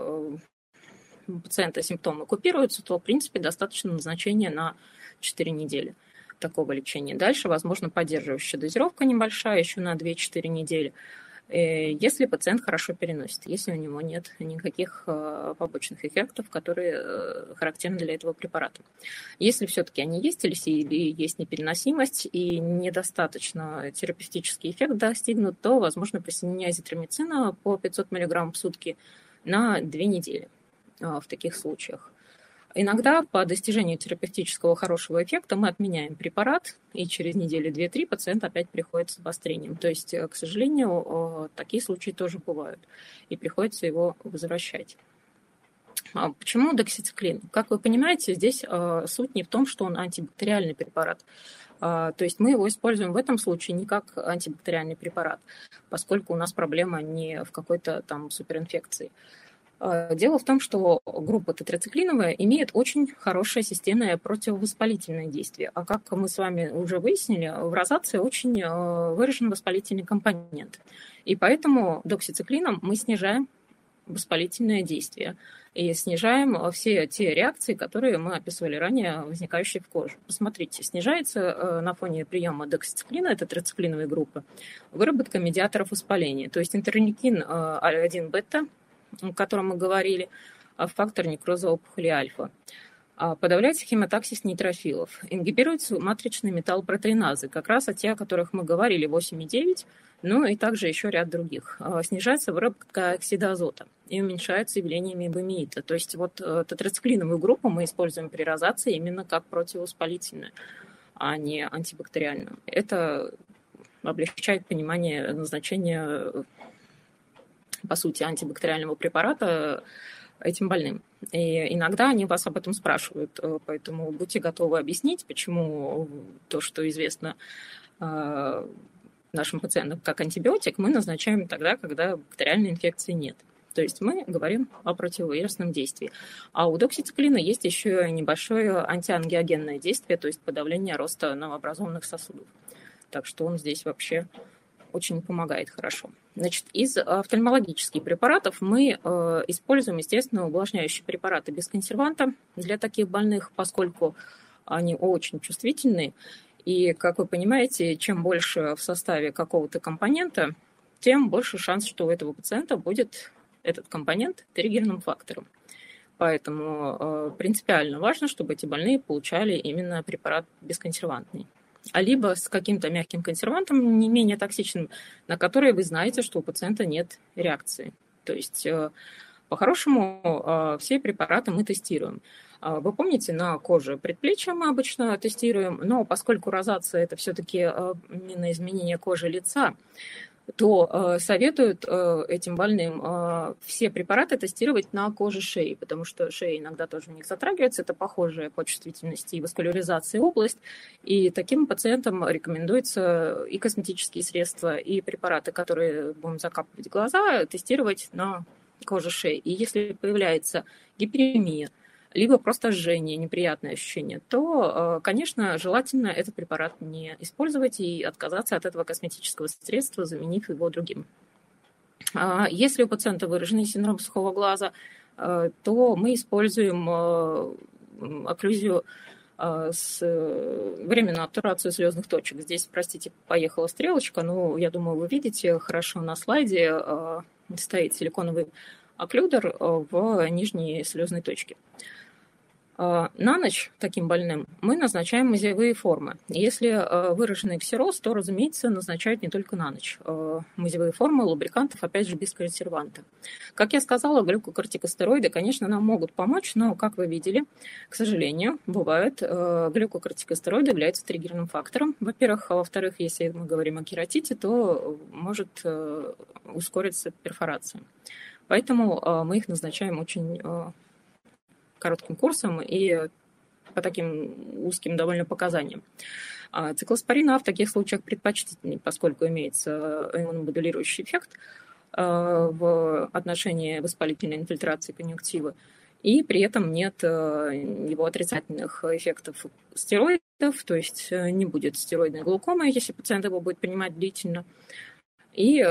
[SPEAKER 2] у пациента симптомы купируются, то, в принципе, достаточно назначения на четыре недели такого лечения. Дальше, возможно, поддерживающая дозировка небольшая, еще на две-четыре недели, если пациент хорошо переносит, если у него нет никаких побочных эффектов, которые характерны для этого препарата. Если все-таки они есть, или есть непереносимость и недостаточно терапевтический эффект достигнут, то возможно присоединение азитромицина по пятьсот миллиграмм в сутки на две недели в таких случаях. Иногда по достижению терапевтического хорошего эффекта мы отменяем препарат, и через неделю две-три пациент опять приходит с обострением. То есть, к сожалению, такие случаи тоже бывают, и приходится его возвращать. А почему доксициклин? Как вы понимаете, здесь суть не в том, что он антибактериальный препарат. То есть мы его используем в этом случае не как антибактериальный препарат, поскольку у нас проблема не в какой-то там суперинфекции. Дело в том, что группа тетрациклиновая имеет очень хорошее системное противовоспалительное действие. А как мы с вами уже выяснили, в розации очень выражен воспалительный компонент. И поэтому доксициклином мы снижаем воспалительное действие и снижаем все те реакции, которые мы описывали ранее, возникающие в коже. Посмотрите, снижается на фоне приема доксициклина, тетрациклиновой группы, выработка медиаторов воспаления, то есть интерлейкин один бета, о котором мы говорили, фактор некроза опухоли альфа. Подавляется хемотаксис нейтрофилов, ингибируются матричные металлопротеиназы, как раз о те, о которых мы говорили, восемь и девять, ну и также еще ряд других. Снижается выработка оксида азота и уменьшается явление мебомиита. То есть вот тетрациклиновую группу мы используем при розации именно как противовоспалительную, а не антибактериальную. Это облегчает понимание назначения, по сути, антибактериального препарата этим больным. И иногда они вас об этом спрашивают, поэтому будьте готовы объяснить, почему то, что известно нашим пациентам как антибиотик, мы назначаем тогда, когда бактериальной инфекции нет. То есть мы говорим о противовирусном действии. А у доксициклина есть еще небольшое антиангиогенное действие, то есть подавление роста новообразованных сосудов. Так что он здесь вообще очень помогает хорошо. Значит, из офтальмологических препаратов мы э, используем, естественно, увлажняющие препараты без консерванта для таких больных, поскольку они очень чувствительны. И, как вы понимаете, чем больше в составе какого-то компонента, тем больше шанс, что у этого пациента будет этот компонент триггерным фактором. Поэтому э, принципиально важно, чтобы эти больные получали именно препарат бесконсервантный. А либо с каким-то мягким консервантом, не менее токсичным, на который вы знаете, что у пациента нет реакции. То есть, по-хорошему, все препараты мы тестируем. Вы помните, на коже предплечья мы обычно тестируем, но поскольку розация – это все-таки именно изменение кожи лица, то советуют этим больным все препараты тестировать на коже шеи, потому что шея иногда тоже у них затрагивается, это похожая по чувствительности и васкуляризации область, и таким пациентам рекомендуется и косметические средства, и препараты, которые будем закапывать в глаза, тестировать на коже шеи. И если появляется гиперемия, либо просто жжение, неприятное ощущение, то, конечно, желательно этот препарат не использовать и отказаться от этого косметического средства, заменив его другим. Если у пациента выраженный синдром сухого глаза, то мы используем окклюзию с временную обтурацию слезных точек. Здесь, простите, поехала стрелочка, но я думаю, вы видите хорошо на слайде, стоит силиконовый окклюдер в нижней слезной точке. На ночь таким больным мы назначаем мазевые формы. Если выраженный ксероз, то, разумеется, назначают не только на ночь. Мазевые формы лубрикантов, опять же, без консерванта. Как я сказала, глюкокортикостероиды, конечно, нам могут помочь, но, как вы видели, к сожалению, бывает, глюкокортикостероиды являются триггерным фактором. Во-первых, а во-вторых, если мы говорим о кератите, то может ускориться перфорация. Поэтому мы их назначаем очень коротким курсом и по таким узким довольно показаниям. Циклоспорин А в таких случаях предпочтительней, поскольку имеется иммуномодулирующий эффект в отношении воспалительной инфильтрации конъюнктивы, и при этом нет его отрицательных эффектов стероидов, то есть не будет стероидной глаукомы, если пациент его будет принимать длительно, и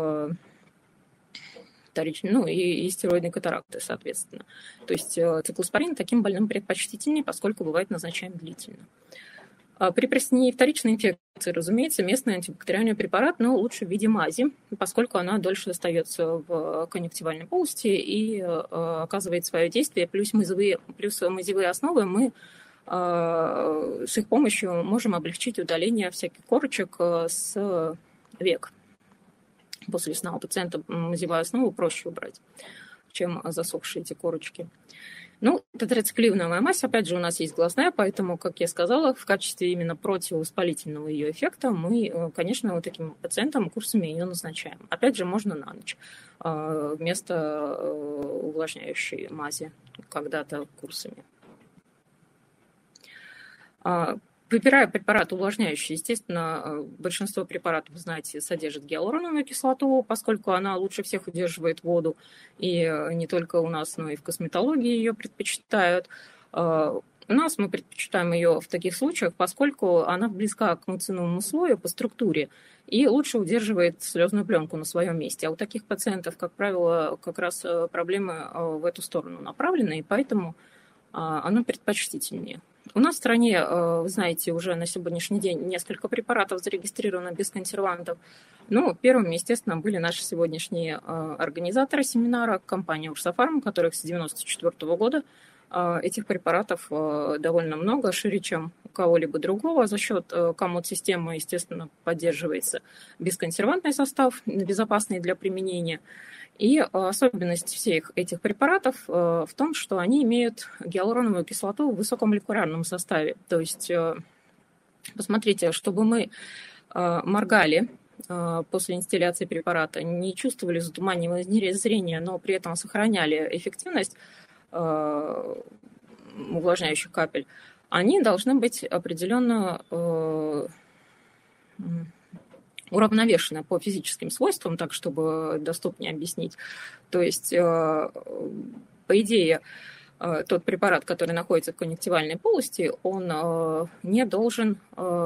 [SPEAKER 2] ну, и, и стероидной катаракты, соответственно. То есть циклоспорин таким больным предпочтительнее, поскольку бывает назначаем длительно. При преснении вторичной инфекции, разумеется, местный антибактериальный препарат, но лучше в виде мази, поскольку она дольше остается в конъюнктивальной полости и оказывает свое действие. Плюс мазевые, плюс мазевые основы мы с их помощью можем облегчить удаление всяких корочек с век. После сна у пациента мазевую основу проще убрать, чем засохшие эти корочки. Ну, тетрациклиновая мазь, опять же, у нас есть глазная, поэтому, как я сказала, в качестве именно противовоспалительного ее эффекта мы, конечно, вот таким пациентам курсами ее назначаем. Опять же, можно на ночь вместо увлажняющей мази, когда-то курсами. Выбирая препарат увлажняющий, естественно, большинство препаратов, вы знаете, содержит гиалуроновую кислоту, поскольку она лучше всех удерживает воду, и не только у нас, но и в косметологии ее предпочитают. У нас мы предпочитаем ее в таких случаях, поскольку она близка к муциновому слою по структуре и лучше удерживает слезную пленку на своем месте. А у таких пациентов, как правило, как раз проблемы в эту сторону направлены, и поэтому она предпочтительнее. У нас в стране, вы знаете, уже на сегодняшний день несколько препаратов зарегистрировано без консервантов. Ну, первыми, естественно, были наши сегодняшние организаторы семинара, компания Урсафарм, которых с девяносто четвёртого года этих препаратов довольно много, шире, чем у кого-либо другого. За счет комод-системы, естественно, поддерживается бесконсервантный состав, безопасный для применения. И особенность всех этих препаратов в том, что они имеют гиалуроновую кислоту в высокомолекулярном составе. То есть, посмотрите, чтобы мы моргали после инстилляции препарата, не чувствовали затуманивание зрения, но при этом сохраняли эффективность увлажняющих капель, они должны быть определенно уравновешены по физическим свойствам, так, чтобы доступнее объяснить. То есть, по идее, тот препарат, который находится в конъюнктивальной полости, он не должен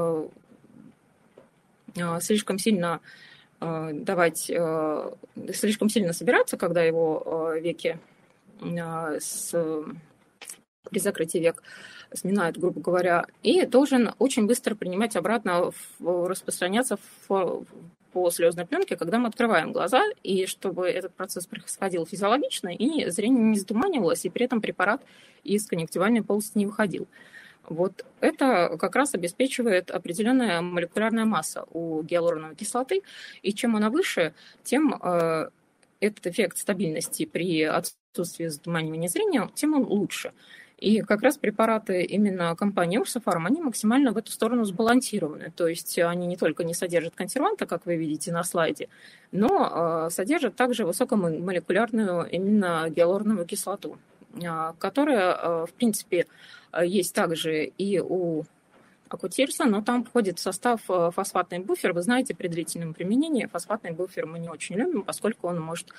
[SPEAKER 2] слишком сильно давать, слишком сильно собираться, когда его веки с, при закрытии век сминают, грубо говоря, и должен очень быстро принимать обратно, распространяться в, по слезной пленке, когда мы открываем глаза, и чтобы этот процесс происходил физиологично, и зрение не затуманивалось, и при этом препарат из конъюнктивальной полости не выходил. Вот это как раз обеспечивает определенная молекулярная масса у гиалуроновой кислоты, и чем она выше, тем э, этот эффект стабильности при отсутствии затуманивания зрения, тем он лучше. И как раз препараты именно компании Урсафарм, они максимально в эту сторону сбалансированы. То есть они не только не содержат консерванта, как вы видите на слайде, но э, содержат также высокомолекулярную именно гиалуроновую кислоту, э, которая, э, в принципе, есть также и у акутирса, но там входит в состав фосфатный буфер. Вы знаете, при длительном применении фосфатный буфер мы не очень любим, поскольку он может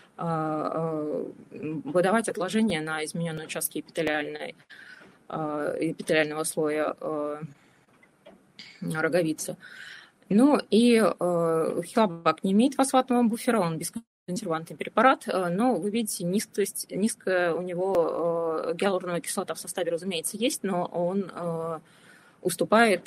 [SPEAKER 2] выдавать отложения на измененные участки эпителиальной, эпителиального слоя роговицы. Ну и хилабак не имеет фосфатного буфера, он бесконсервантный препарат, но вы видите, низкость, низкая у него гиалуроновая кислота в составе, разумеется, есть, но он уступает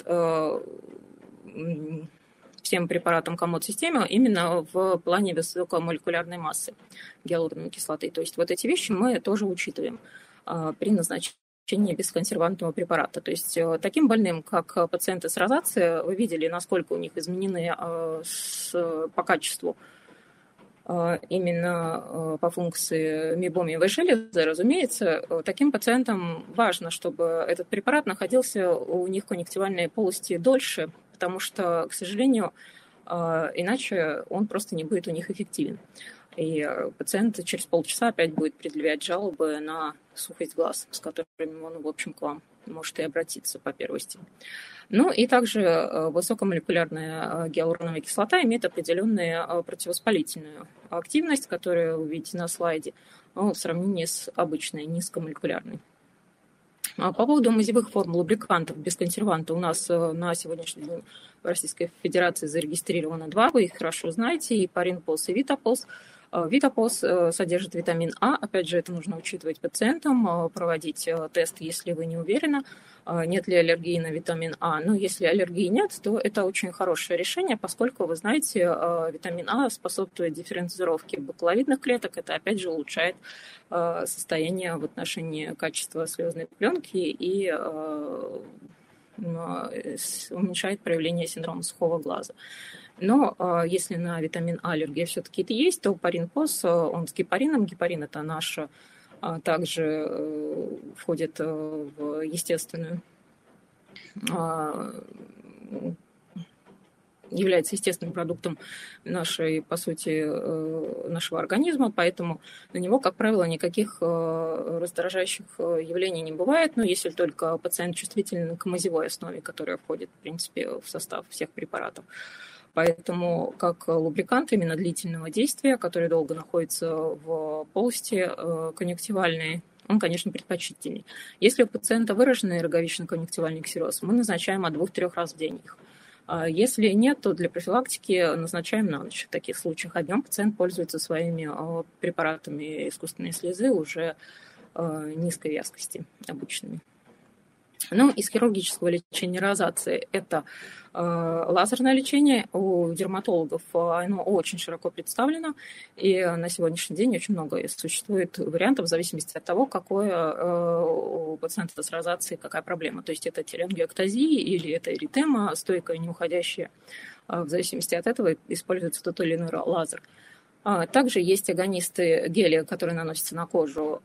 [SPEAKER 2] всем препаратам комод-системы именно в плане высокомолекулярной массы гиалуроновой кислоты. То есть вот эти вещи мы тоже учитываем при назначении лечение без консервантного препарата. То есть таким больным, как пациенты с розацией, вы видели, насколько у них изменены с, по качеству именно по функции мейбомиевой железы, разумеется, таким пациентам важно, чтобы этот препарат находился у них в конъюнктивальной полости дольше, потому что, к сожалению, иначе он просто не будет у них эффективен. И пациент через полчаса опять будет предъявлять жалобы на сухость глаз, с которыми он, в общем, к вам может и обратиться по первости. Ну и также высокомолекулярная гиалуроновая кислота имеет определенную противовоспалительную активность, которую вы видите на слайде, в сравнении с обычной низкомолекулярной. По поводу мазевых форм лубрикантов без консерванта у нас на сегодняшний день в Российской Федерации зарегистрировано два, вы их хорошо знаете, и Паринпос, и Витапос. Витапос содержит витамин А, опять же, это нужно учитывать пациентам, проводить тест, если вы не уверены, нет ли аллергии на витамин А. Но если аллергии нет, то это очень хорошее решение, поскольку, вы знаете, витамин А способствует дифференцировке бактериальных клеток, это, опять же, улучшает состояние в отношении качества слезной пленки и уменьшает проявление синдрома сухого глаза. Но э, если на витамин А аллергия все-таки это есть, то Паринпос, он с гепарином. Гепарин это наш, э, также э, входит э, в естественную, э, является естественным продуктом нашей, по сути, э, нашего организма, поэтому на него, как правило, никаких э, раздражающих явлений не бывает, но если только пациент чувствителен к мазевой основе, которая входит, в принципе, в состав всех препаратов. Поэтому как лубрикант именно длительного действия, который долго находится в полости конъюнктивальной, он, конечно, предпочтительней. Если у пациента выраженный роговично-конъюнктивальный ксероз, мы назначаем от двух-трех раз в день их. Если нет, то для профилактики назначаем на ночь. В таких случаях днем пациент пользуется своими препаратами искусственной слезы уже низкой вязкости, обычными. Ну, из хирургического лечения розации это э, лазерное лечение. У дерматологов оно очень широко представлено, и на сегодняшний день очень много существует вариантов в зависимости от того, какое э, у пациента с розацией, какая проблема. То есть это теленгиоктазия или это эритема, стойкая, не уходящая. В зависимости от этого используется тот или иной лазер. Также есть агонисты геля, которые наносятся на кожу.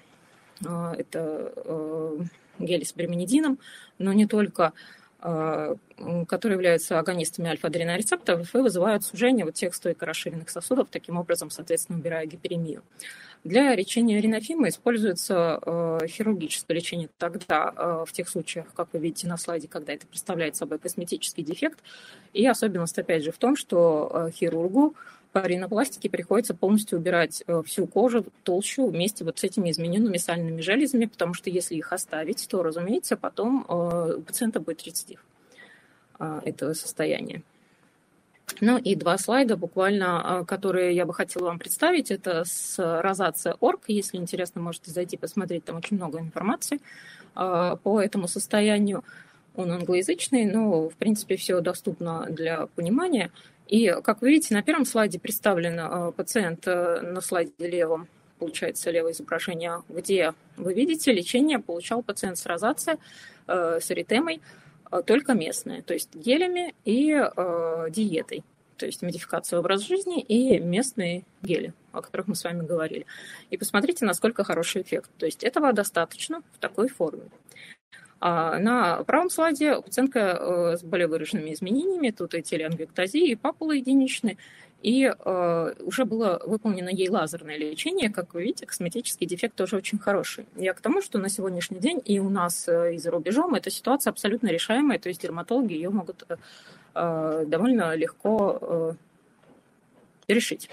[SPEAKER 2] Это гели с бремонидином, но не только, которые являются агонистами альфа-адренорецепторов и вызывают сужение вот тех стойко расширенных сосудов, таким образом, соответственно, убирая гиперемию. Для лечения ринофимы используется хирургическое лечение тогда, в тех случаях, как вы видите на слайде, когда это представляет собой косметический дефект. И особенность, опять же, в том, что хирургу по ринопластике приходится полностью убирать всю кожу, толщу вместе вот с этими измененными сальными железами, потому что если их оставить, то, разумеется, потом у пациента будет рецидив этого состояния. Ну и два слайда буквально, которые я бы хотела вам представить. Это с розация точка орг. Если интересно, можете зайти посмотреть, там очень много информации по этому состоянию. Он англоязычный, но, в принципе, все доступно для понимания. И, как вы видите, на первом слайде представлен пациент, на слайде левом, получается, левое изображение, где вы видите, лечение получал пациент с розацией, с эритемой, только местное, то есть гелями и диетой, то есть модификация образа жизни и местные гели, о которых мы с вами говорили. И посмотрите, насколько хороший эффект. То есть этого достаточно в такой форме. А на правом слайде пациентка с более выраженными изменениями, тут и телеангиоктазия, и папула единичные, и э, уже было выполнено ей лазерное лечение. Как вы видите, косметический дефект тоже очень хороший. Я к тому, что на сегодняшний день и у нас, и за рубежом эта ситуация абсолютно решаемая, то есть дерматологи ее могут э, довольно легко э, решить.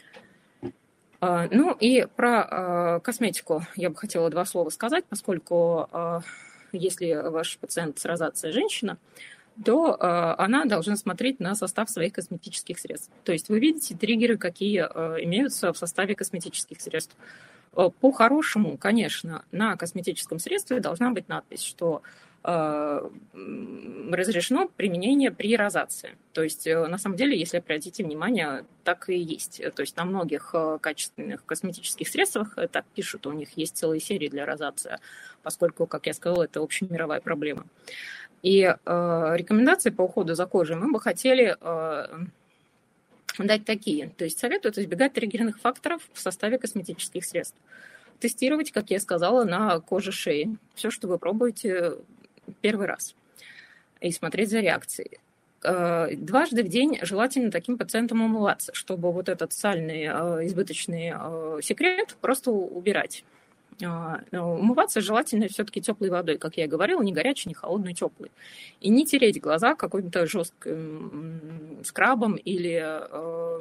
[SPEAKER 2] Э, ну и про э, косметику я бы хотела два слова сказать, поскольку... Э, Если ваш пациент с розацией женщина, то э, она должна смотреть на состав своих косметических средств. То есть вы видите триггеры, какие э, имеются в составе косметических средств. Э, по-хорошему, конечно, на косметическом средстве должна быть надпись, что разрешено применение при розации. То есть, на самом деле, если обратите внимание, так и есть. То есть на многих качественных косметических средствах так пишут, у них есть целые серии для розации, поскольку, как я сказала, это общемировая проблема. И э, рекомендации по уходу за кожей мы бы хотели э, дать такие. То есть советуют избегать триггерных факторов в составе косметических средств. Тестировать, как я сказала, на коже шеи. Все, что вы пробуете первый раз. И смотреть за реакцией. Э, дважды в день желательно таким пациентам умываться, чтобы вот этот сальный э, избыточный э, секрет просто убирать. Умываться желательно все-таки теплой водой, как я и говорила, не горячей, не холодной, теплой. И не тереть глаза каким-то жестким скрабом или э,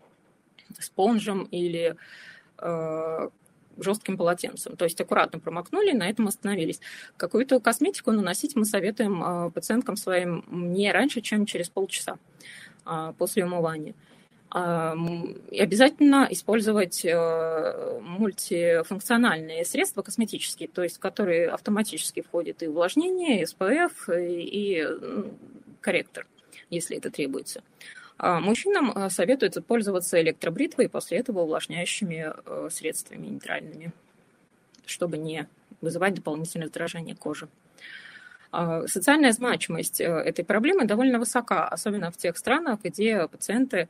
[SPEAKER 2] спонжем или э, жестким полотенцем. То есть аккуратно промокнули, на этом остановились. Какую-то косметику наносить мы советуем э, пациенткам своим не раньше, чем через полчаса э, после умывания. И обязательно использовать мультифункциональные средства косметические, то есть в которые автоматически входит и увлажнение, и эс пэ эф, и корректор, если это требуется. Мужчинам советуется пользоваться электробритвой и после этого увлажняющими средствами нейтральными, чтобы не вызывать дополнительное раздражение кожи. Социальная значимость этой проблемы довольно высока, особенно в тех странах, где пациенты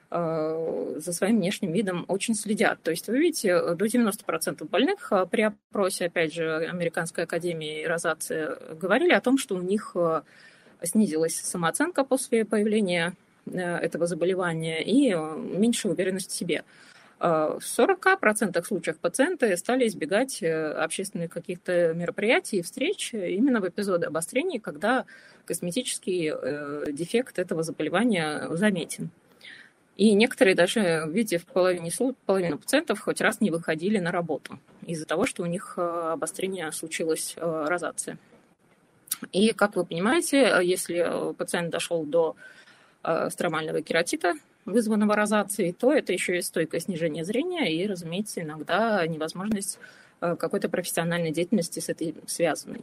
[SPEAKER 2] за своим внешним видом очень следят. То есть вы видите, до девяноста процентов больных при опросе, опять же, Американской академии розации говорили о том, что у них снизилась самооценка после появления этого заболевания и меньше уверенность в себе. В сорока процентах случаев пациенты стали избегать общественных каких-то мероприятий и встреч именно в эпизоды обострений, когда косметический дефект этого заболевания заметен. И некоторые даже, видите, в половине, половину пациентов хоть раз не выходили на работу из-за того, что у них обострение случилось, розация. И, как вы понимаете, если пациент дошел до стромального кератита, вызванного розацией, то это еще и стойкое снижение зрения и, разумеется, иногда невозможность какой-то профессиональной деятельности с этим связанной.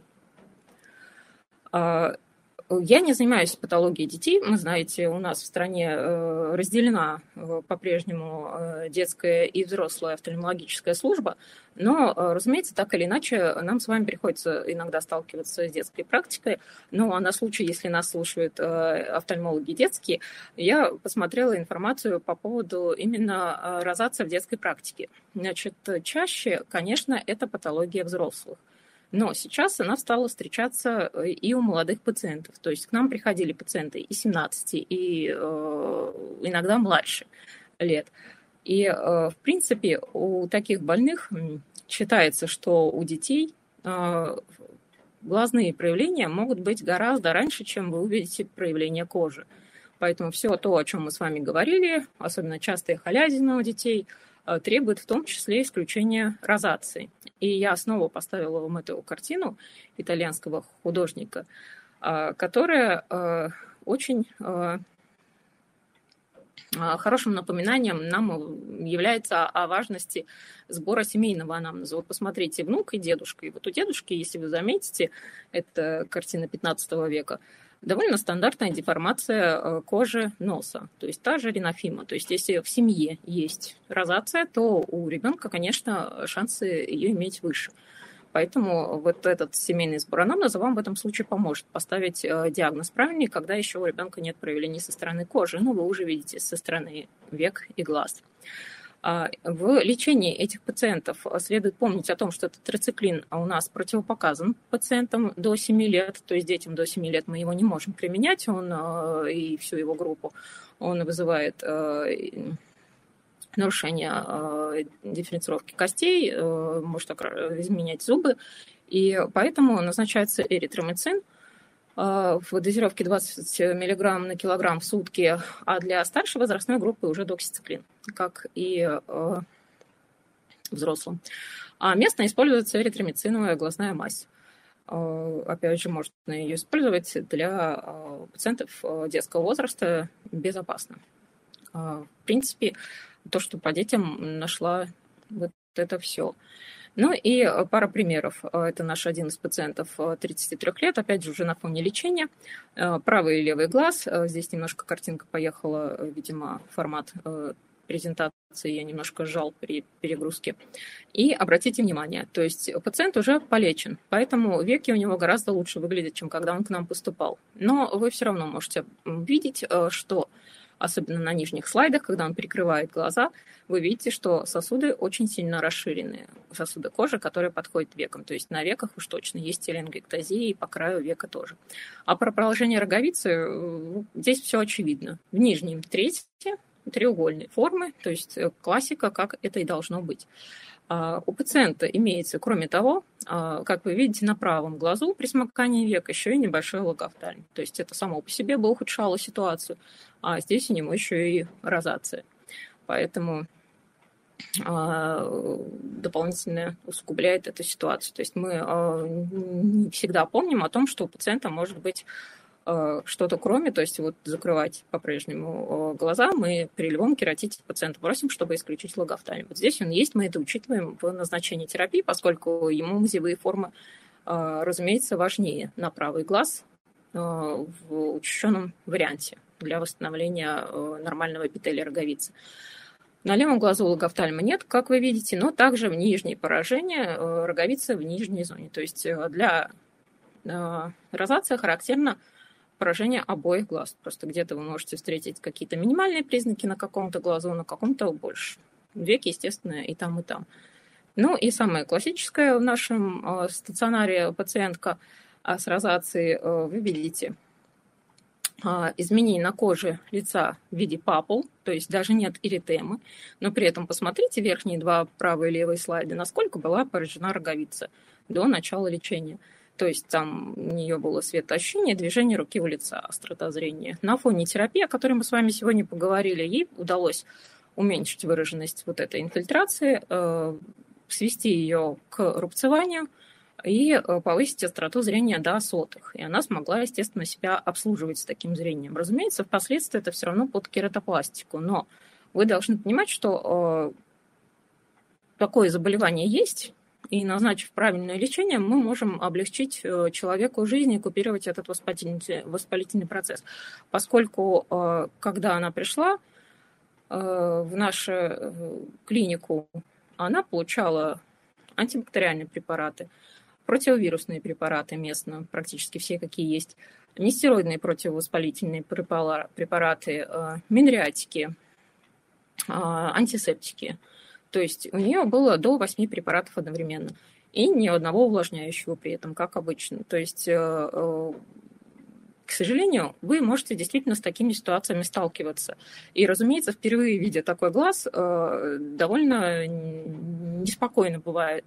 [SPEAKER 2] Я не занимаюсь патологией детей. Вы знаете, у нас в стране разделена по-прежнему детская и взрослая офтальмологическая служба, но, разумеется, так или иначе, нам с вами приходится иногда сталкиваться с детской практикой. Но на случай, если нас слушают офтальмологи детские, я посмотрела информацию по поводу именно розации в детской практике. Значит, чаще, конечно, это патология взрослых. Но сейчас она стала встречаться и у молодых пациентов. То есть к нам приходили пациенты и семнадцати, и э, иногда младше лет. И, э, в принципе, у таких больных считается, что у детей э, глазные проявления могут быть гораздо раньше, чем вы увидите проявление кожи. Поэтому все то, о чем мы с вами говорили, особенно частая халязина у детей, требует в том числе исключения розации. И я снова поставила вам эту картину итальянского художника, которая очень хорошим напоминанием нам является о важности сбора семейного анамнеза. Вот посмотрите, внук и дедушка. И вот у дедушки, если вы заметите, это картина пятнадцатого века, довольно стандартная деформация кожи носа, то есть та же ринофима. То есть если в семье есть розация, то у ребенка, конечно, шансы ее иметь выше. Поэтому вот этот семейный сбор анамнеза вам в этом случае поможет поставить диагноз правильный, когда еще у ребенка нет проявлений со стороны кожи, но вы уже видите со стороны век и глаз. В лечении этих пациентов следует помнить о том, что тетрациклин у нас противопоказан пациентам до семи лет, то есть детям до семи лет мы его не можем применять, он и всю его группу, он вызывает нарушение дифференцировки костей, может изменять зубы, и поэтому назначается эритромицин в дозировке двадцать миллиграмм на килограмм в сутки, а для старшей возрастной группы уже доксициклин, как и э, взрослым. А местно используется эритромициновая глазная мазь. Э, опять же, можно ее использовать для э, пациентов детского возраста безопасно. Э, в принципе, то, что по детям нашла вот это все. Ну и пара примеров. Это наш один из пациентов тридцати трёх лет, опять же, уже на фоне лечения. Правый и левый глаз. Здесь немножко картинка поехала, видимо, формат презентации я немножко сжал при перегрузке. И обратите внимание, то есть пациент уже полечен, поэтому веки у него гораздо лучше выглядят, чем когда он к нам поступал. Но вы все равно можете видеть, что особенно на нижних слайдах, когда он прикрывает глаза, вы видите, что сосуды очень сильно расширены. Сосуды кожи, которые подходят к векам. То есть на веках уж точно есть теленгектазия, и по краю века тоже. А про положение роговицы здесь все очевидно. В нижнем трети треугольной формы, то есть классика, как это и должно быть. У пациента имеется, кроме того, как вы видите, на правом глазу при смыкании век еще и небольшой логофтальм. То есть это само по себе бы ухудшало ситуацию, а здесь у него еще и розация. Поэтому дополнительно усугубляет эту ситуацию. То есть мы не всегда помним о том, что у пациента может быть что-то кроме, то есть вот закрывать по-прежнему глаза, мы при любом кератите пациента просим, чтобы исключить логофтальм. Вот здесь он есть, мы это учитываем в назначении терапии, поскольку ему мазевые формы, разумеется, важнее на правый глаз в учащенном варианте для восстановления нормального эпителия роговицы. На левом глазу логофтальма нет, как вы видите, но также в нижней поражение роговицы в нижней зоне. То есть для розации характерно поражение обоих глаз. Просто где-то вы можете встретить какие-то минимальные признаки на каком-то глазу, на каком-то больше. Веки, естественно, и там, и там. Ну и самое классическое в нашем стационаре пациентка с розацией, вы видите изменения на коже лица в виде папул, то есть даже нет эритемы, но при этом посмотрите верхние два правые и левые слайды, насколько была поражена роговица до начала лечения. То есть там у нее было светоощущение, движение руки у лица, острота зрения. На фоне терапии, о которой мы с вами сегодня поговорили, ей удалось уменьшить выраженность вот этой инфильтрации, э, свести ее к рубцеванию и повысить остроту зрения до сотых. И она смогла, естественно, себя обслуживать с таким зрением. Разумеется, впоследствии это все равно под кератопластику, но вы должны понимать, что э, такое заболевание есть, и, назначив правильное лечение, мы можем облегчить человеку жизнь и купировать этот воспалительный, воспалительный процесс. Поскольку, когда она пришла в нашу клинику, она получала антибактериальные препараты, противовирусные препараты местно, практически все, какие есть, нестероидные противовоспалительные препараты, минреатики, антисептики. То есть у нее было до восьми препаратов одновременно. И ни одного увлажняющего при этом, как обычно. То есть, к сожалению, вы можете действительно с такими ситуациями сталкиваться. И, разумеется, впервые видя такой глаз, довольно неспокойно бывает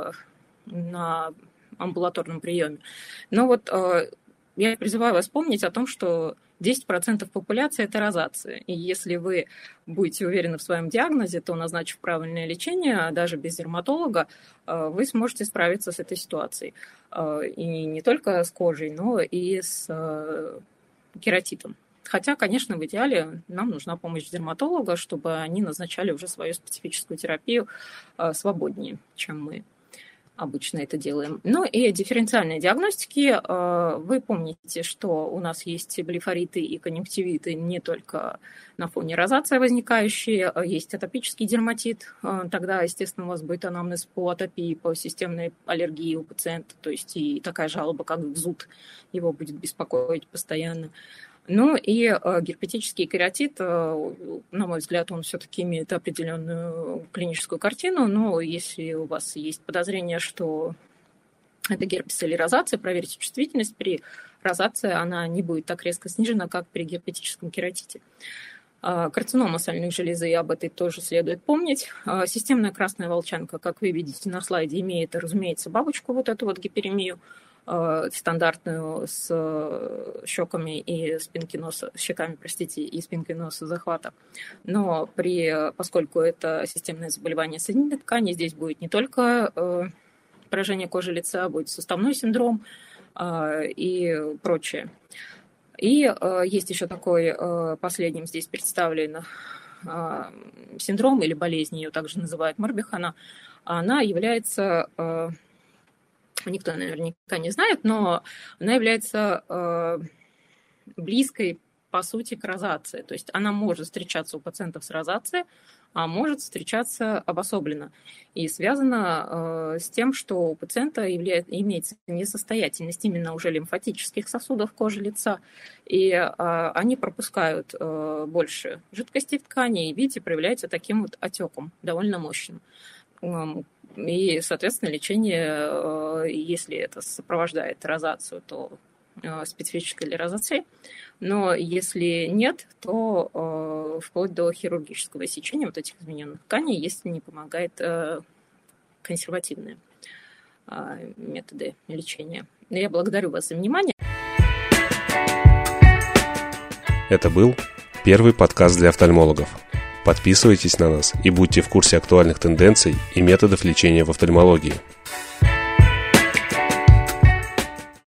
[SPEAKER 2] на амбулаторном приеме. Но вот я призываю вас помнить о том, что десять процентов популяции – это розация. И если вы будете уверены в своем диагнозе, то, назначив правильное лечение, даже без дерматолога, вы сможете справиться с этой ситуацией. И не только с кожей, но и с кератитом. Хотя, конечно, в идеале нам нужна помощь дерматолога, чтобы они назначали уже свою специфическую терапию свободнее, чем мы обычно это делаем. Ну и дифференциальной диагностики. Вы помните, что у нас есть блефориты и конъюнктивиты не только на фоне розации возникающие, есть атопический дерматит. Тогда, естественно, у вас будет анамнез по атопии, по системной аллергии у пациента, то есть и такая жалоба, как зуд, его будет беспокоить постоянно. Ну и герпетический кератит, на мой взгляд, он все-таки имеет определенную клиническую картину, но если у вас есть подозрение, что это герпес или розация, проверьте чувствительность. При розации она не будет так резко снижена, как при герпетическом кератите. Карцинома сальных железы, об этой тоже следует помнить. Системная красная волчанка, как вы видите на слайде, имеет, разумеется, бабочку, вот эту вот гиперемию, стандартную с щеками и спинки носа, щеками, простите, и спинкой носа захвата. Но при, поскольку это системное заболевание соединительной ткани, здесь будет не только поражение кожи лица, будет суставной синдром и прочее. И есть еще такой, последним здесь представлен синдром или болезнь, ее также называют Морбихана, она является, никто наверняка не знает, но она является близкой, по сути, к розации. То есть она может встречаться у пациентов с розацией, а может встречаться обособленно. И связано э, с тем, что у пациента являет, имеется несостоятельность именно уже лимфатических сосудов кожи лица, и э, они пропускают э, больше жидкости в ткани, и, видите, проявляется таким вот отеком, довольно мощным. И, соответственно, лечение, э, если это сопровождает розацию, то э, специфической для розации. Но если нет, то э, вплоть до хирургического иссечения вот этих измененных тканей, если не помогает э, консервативные э, методы лечения. Я благодарю вас за внимание.
[SPEAKER 1] Это был первый подкаст для офтальмологов. Подписывайтесь на нас и будьте в курсе актуальных тенденций и методов лечения в офтальмологии.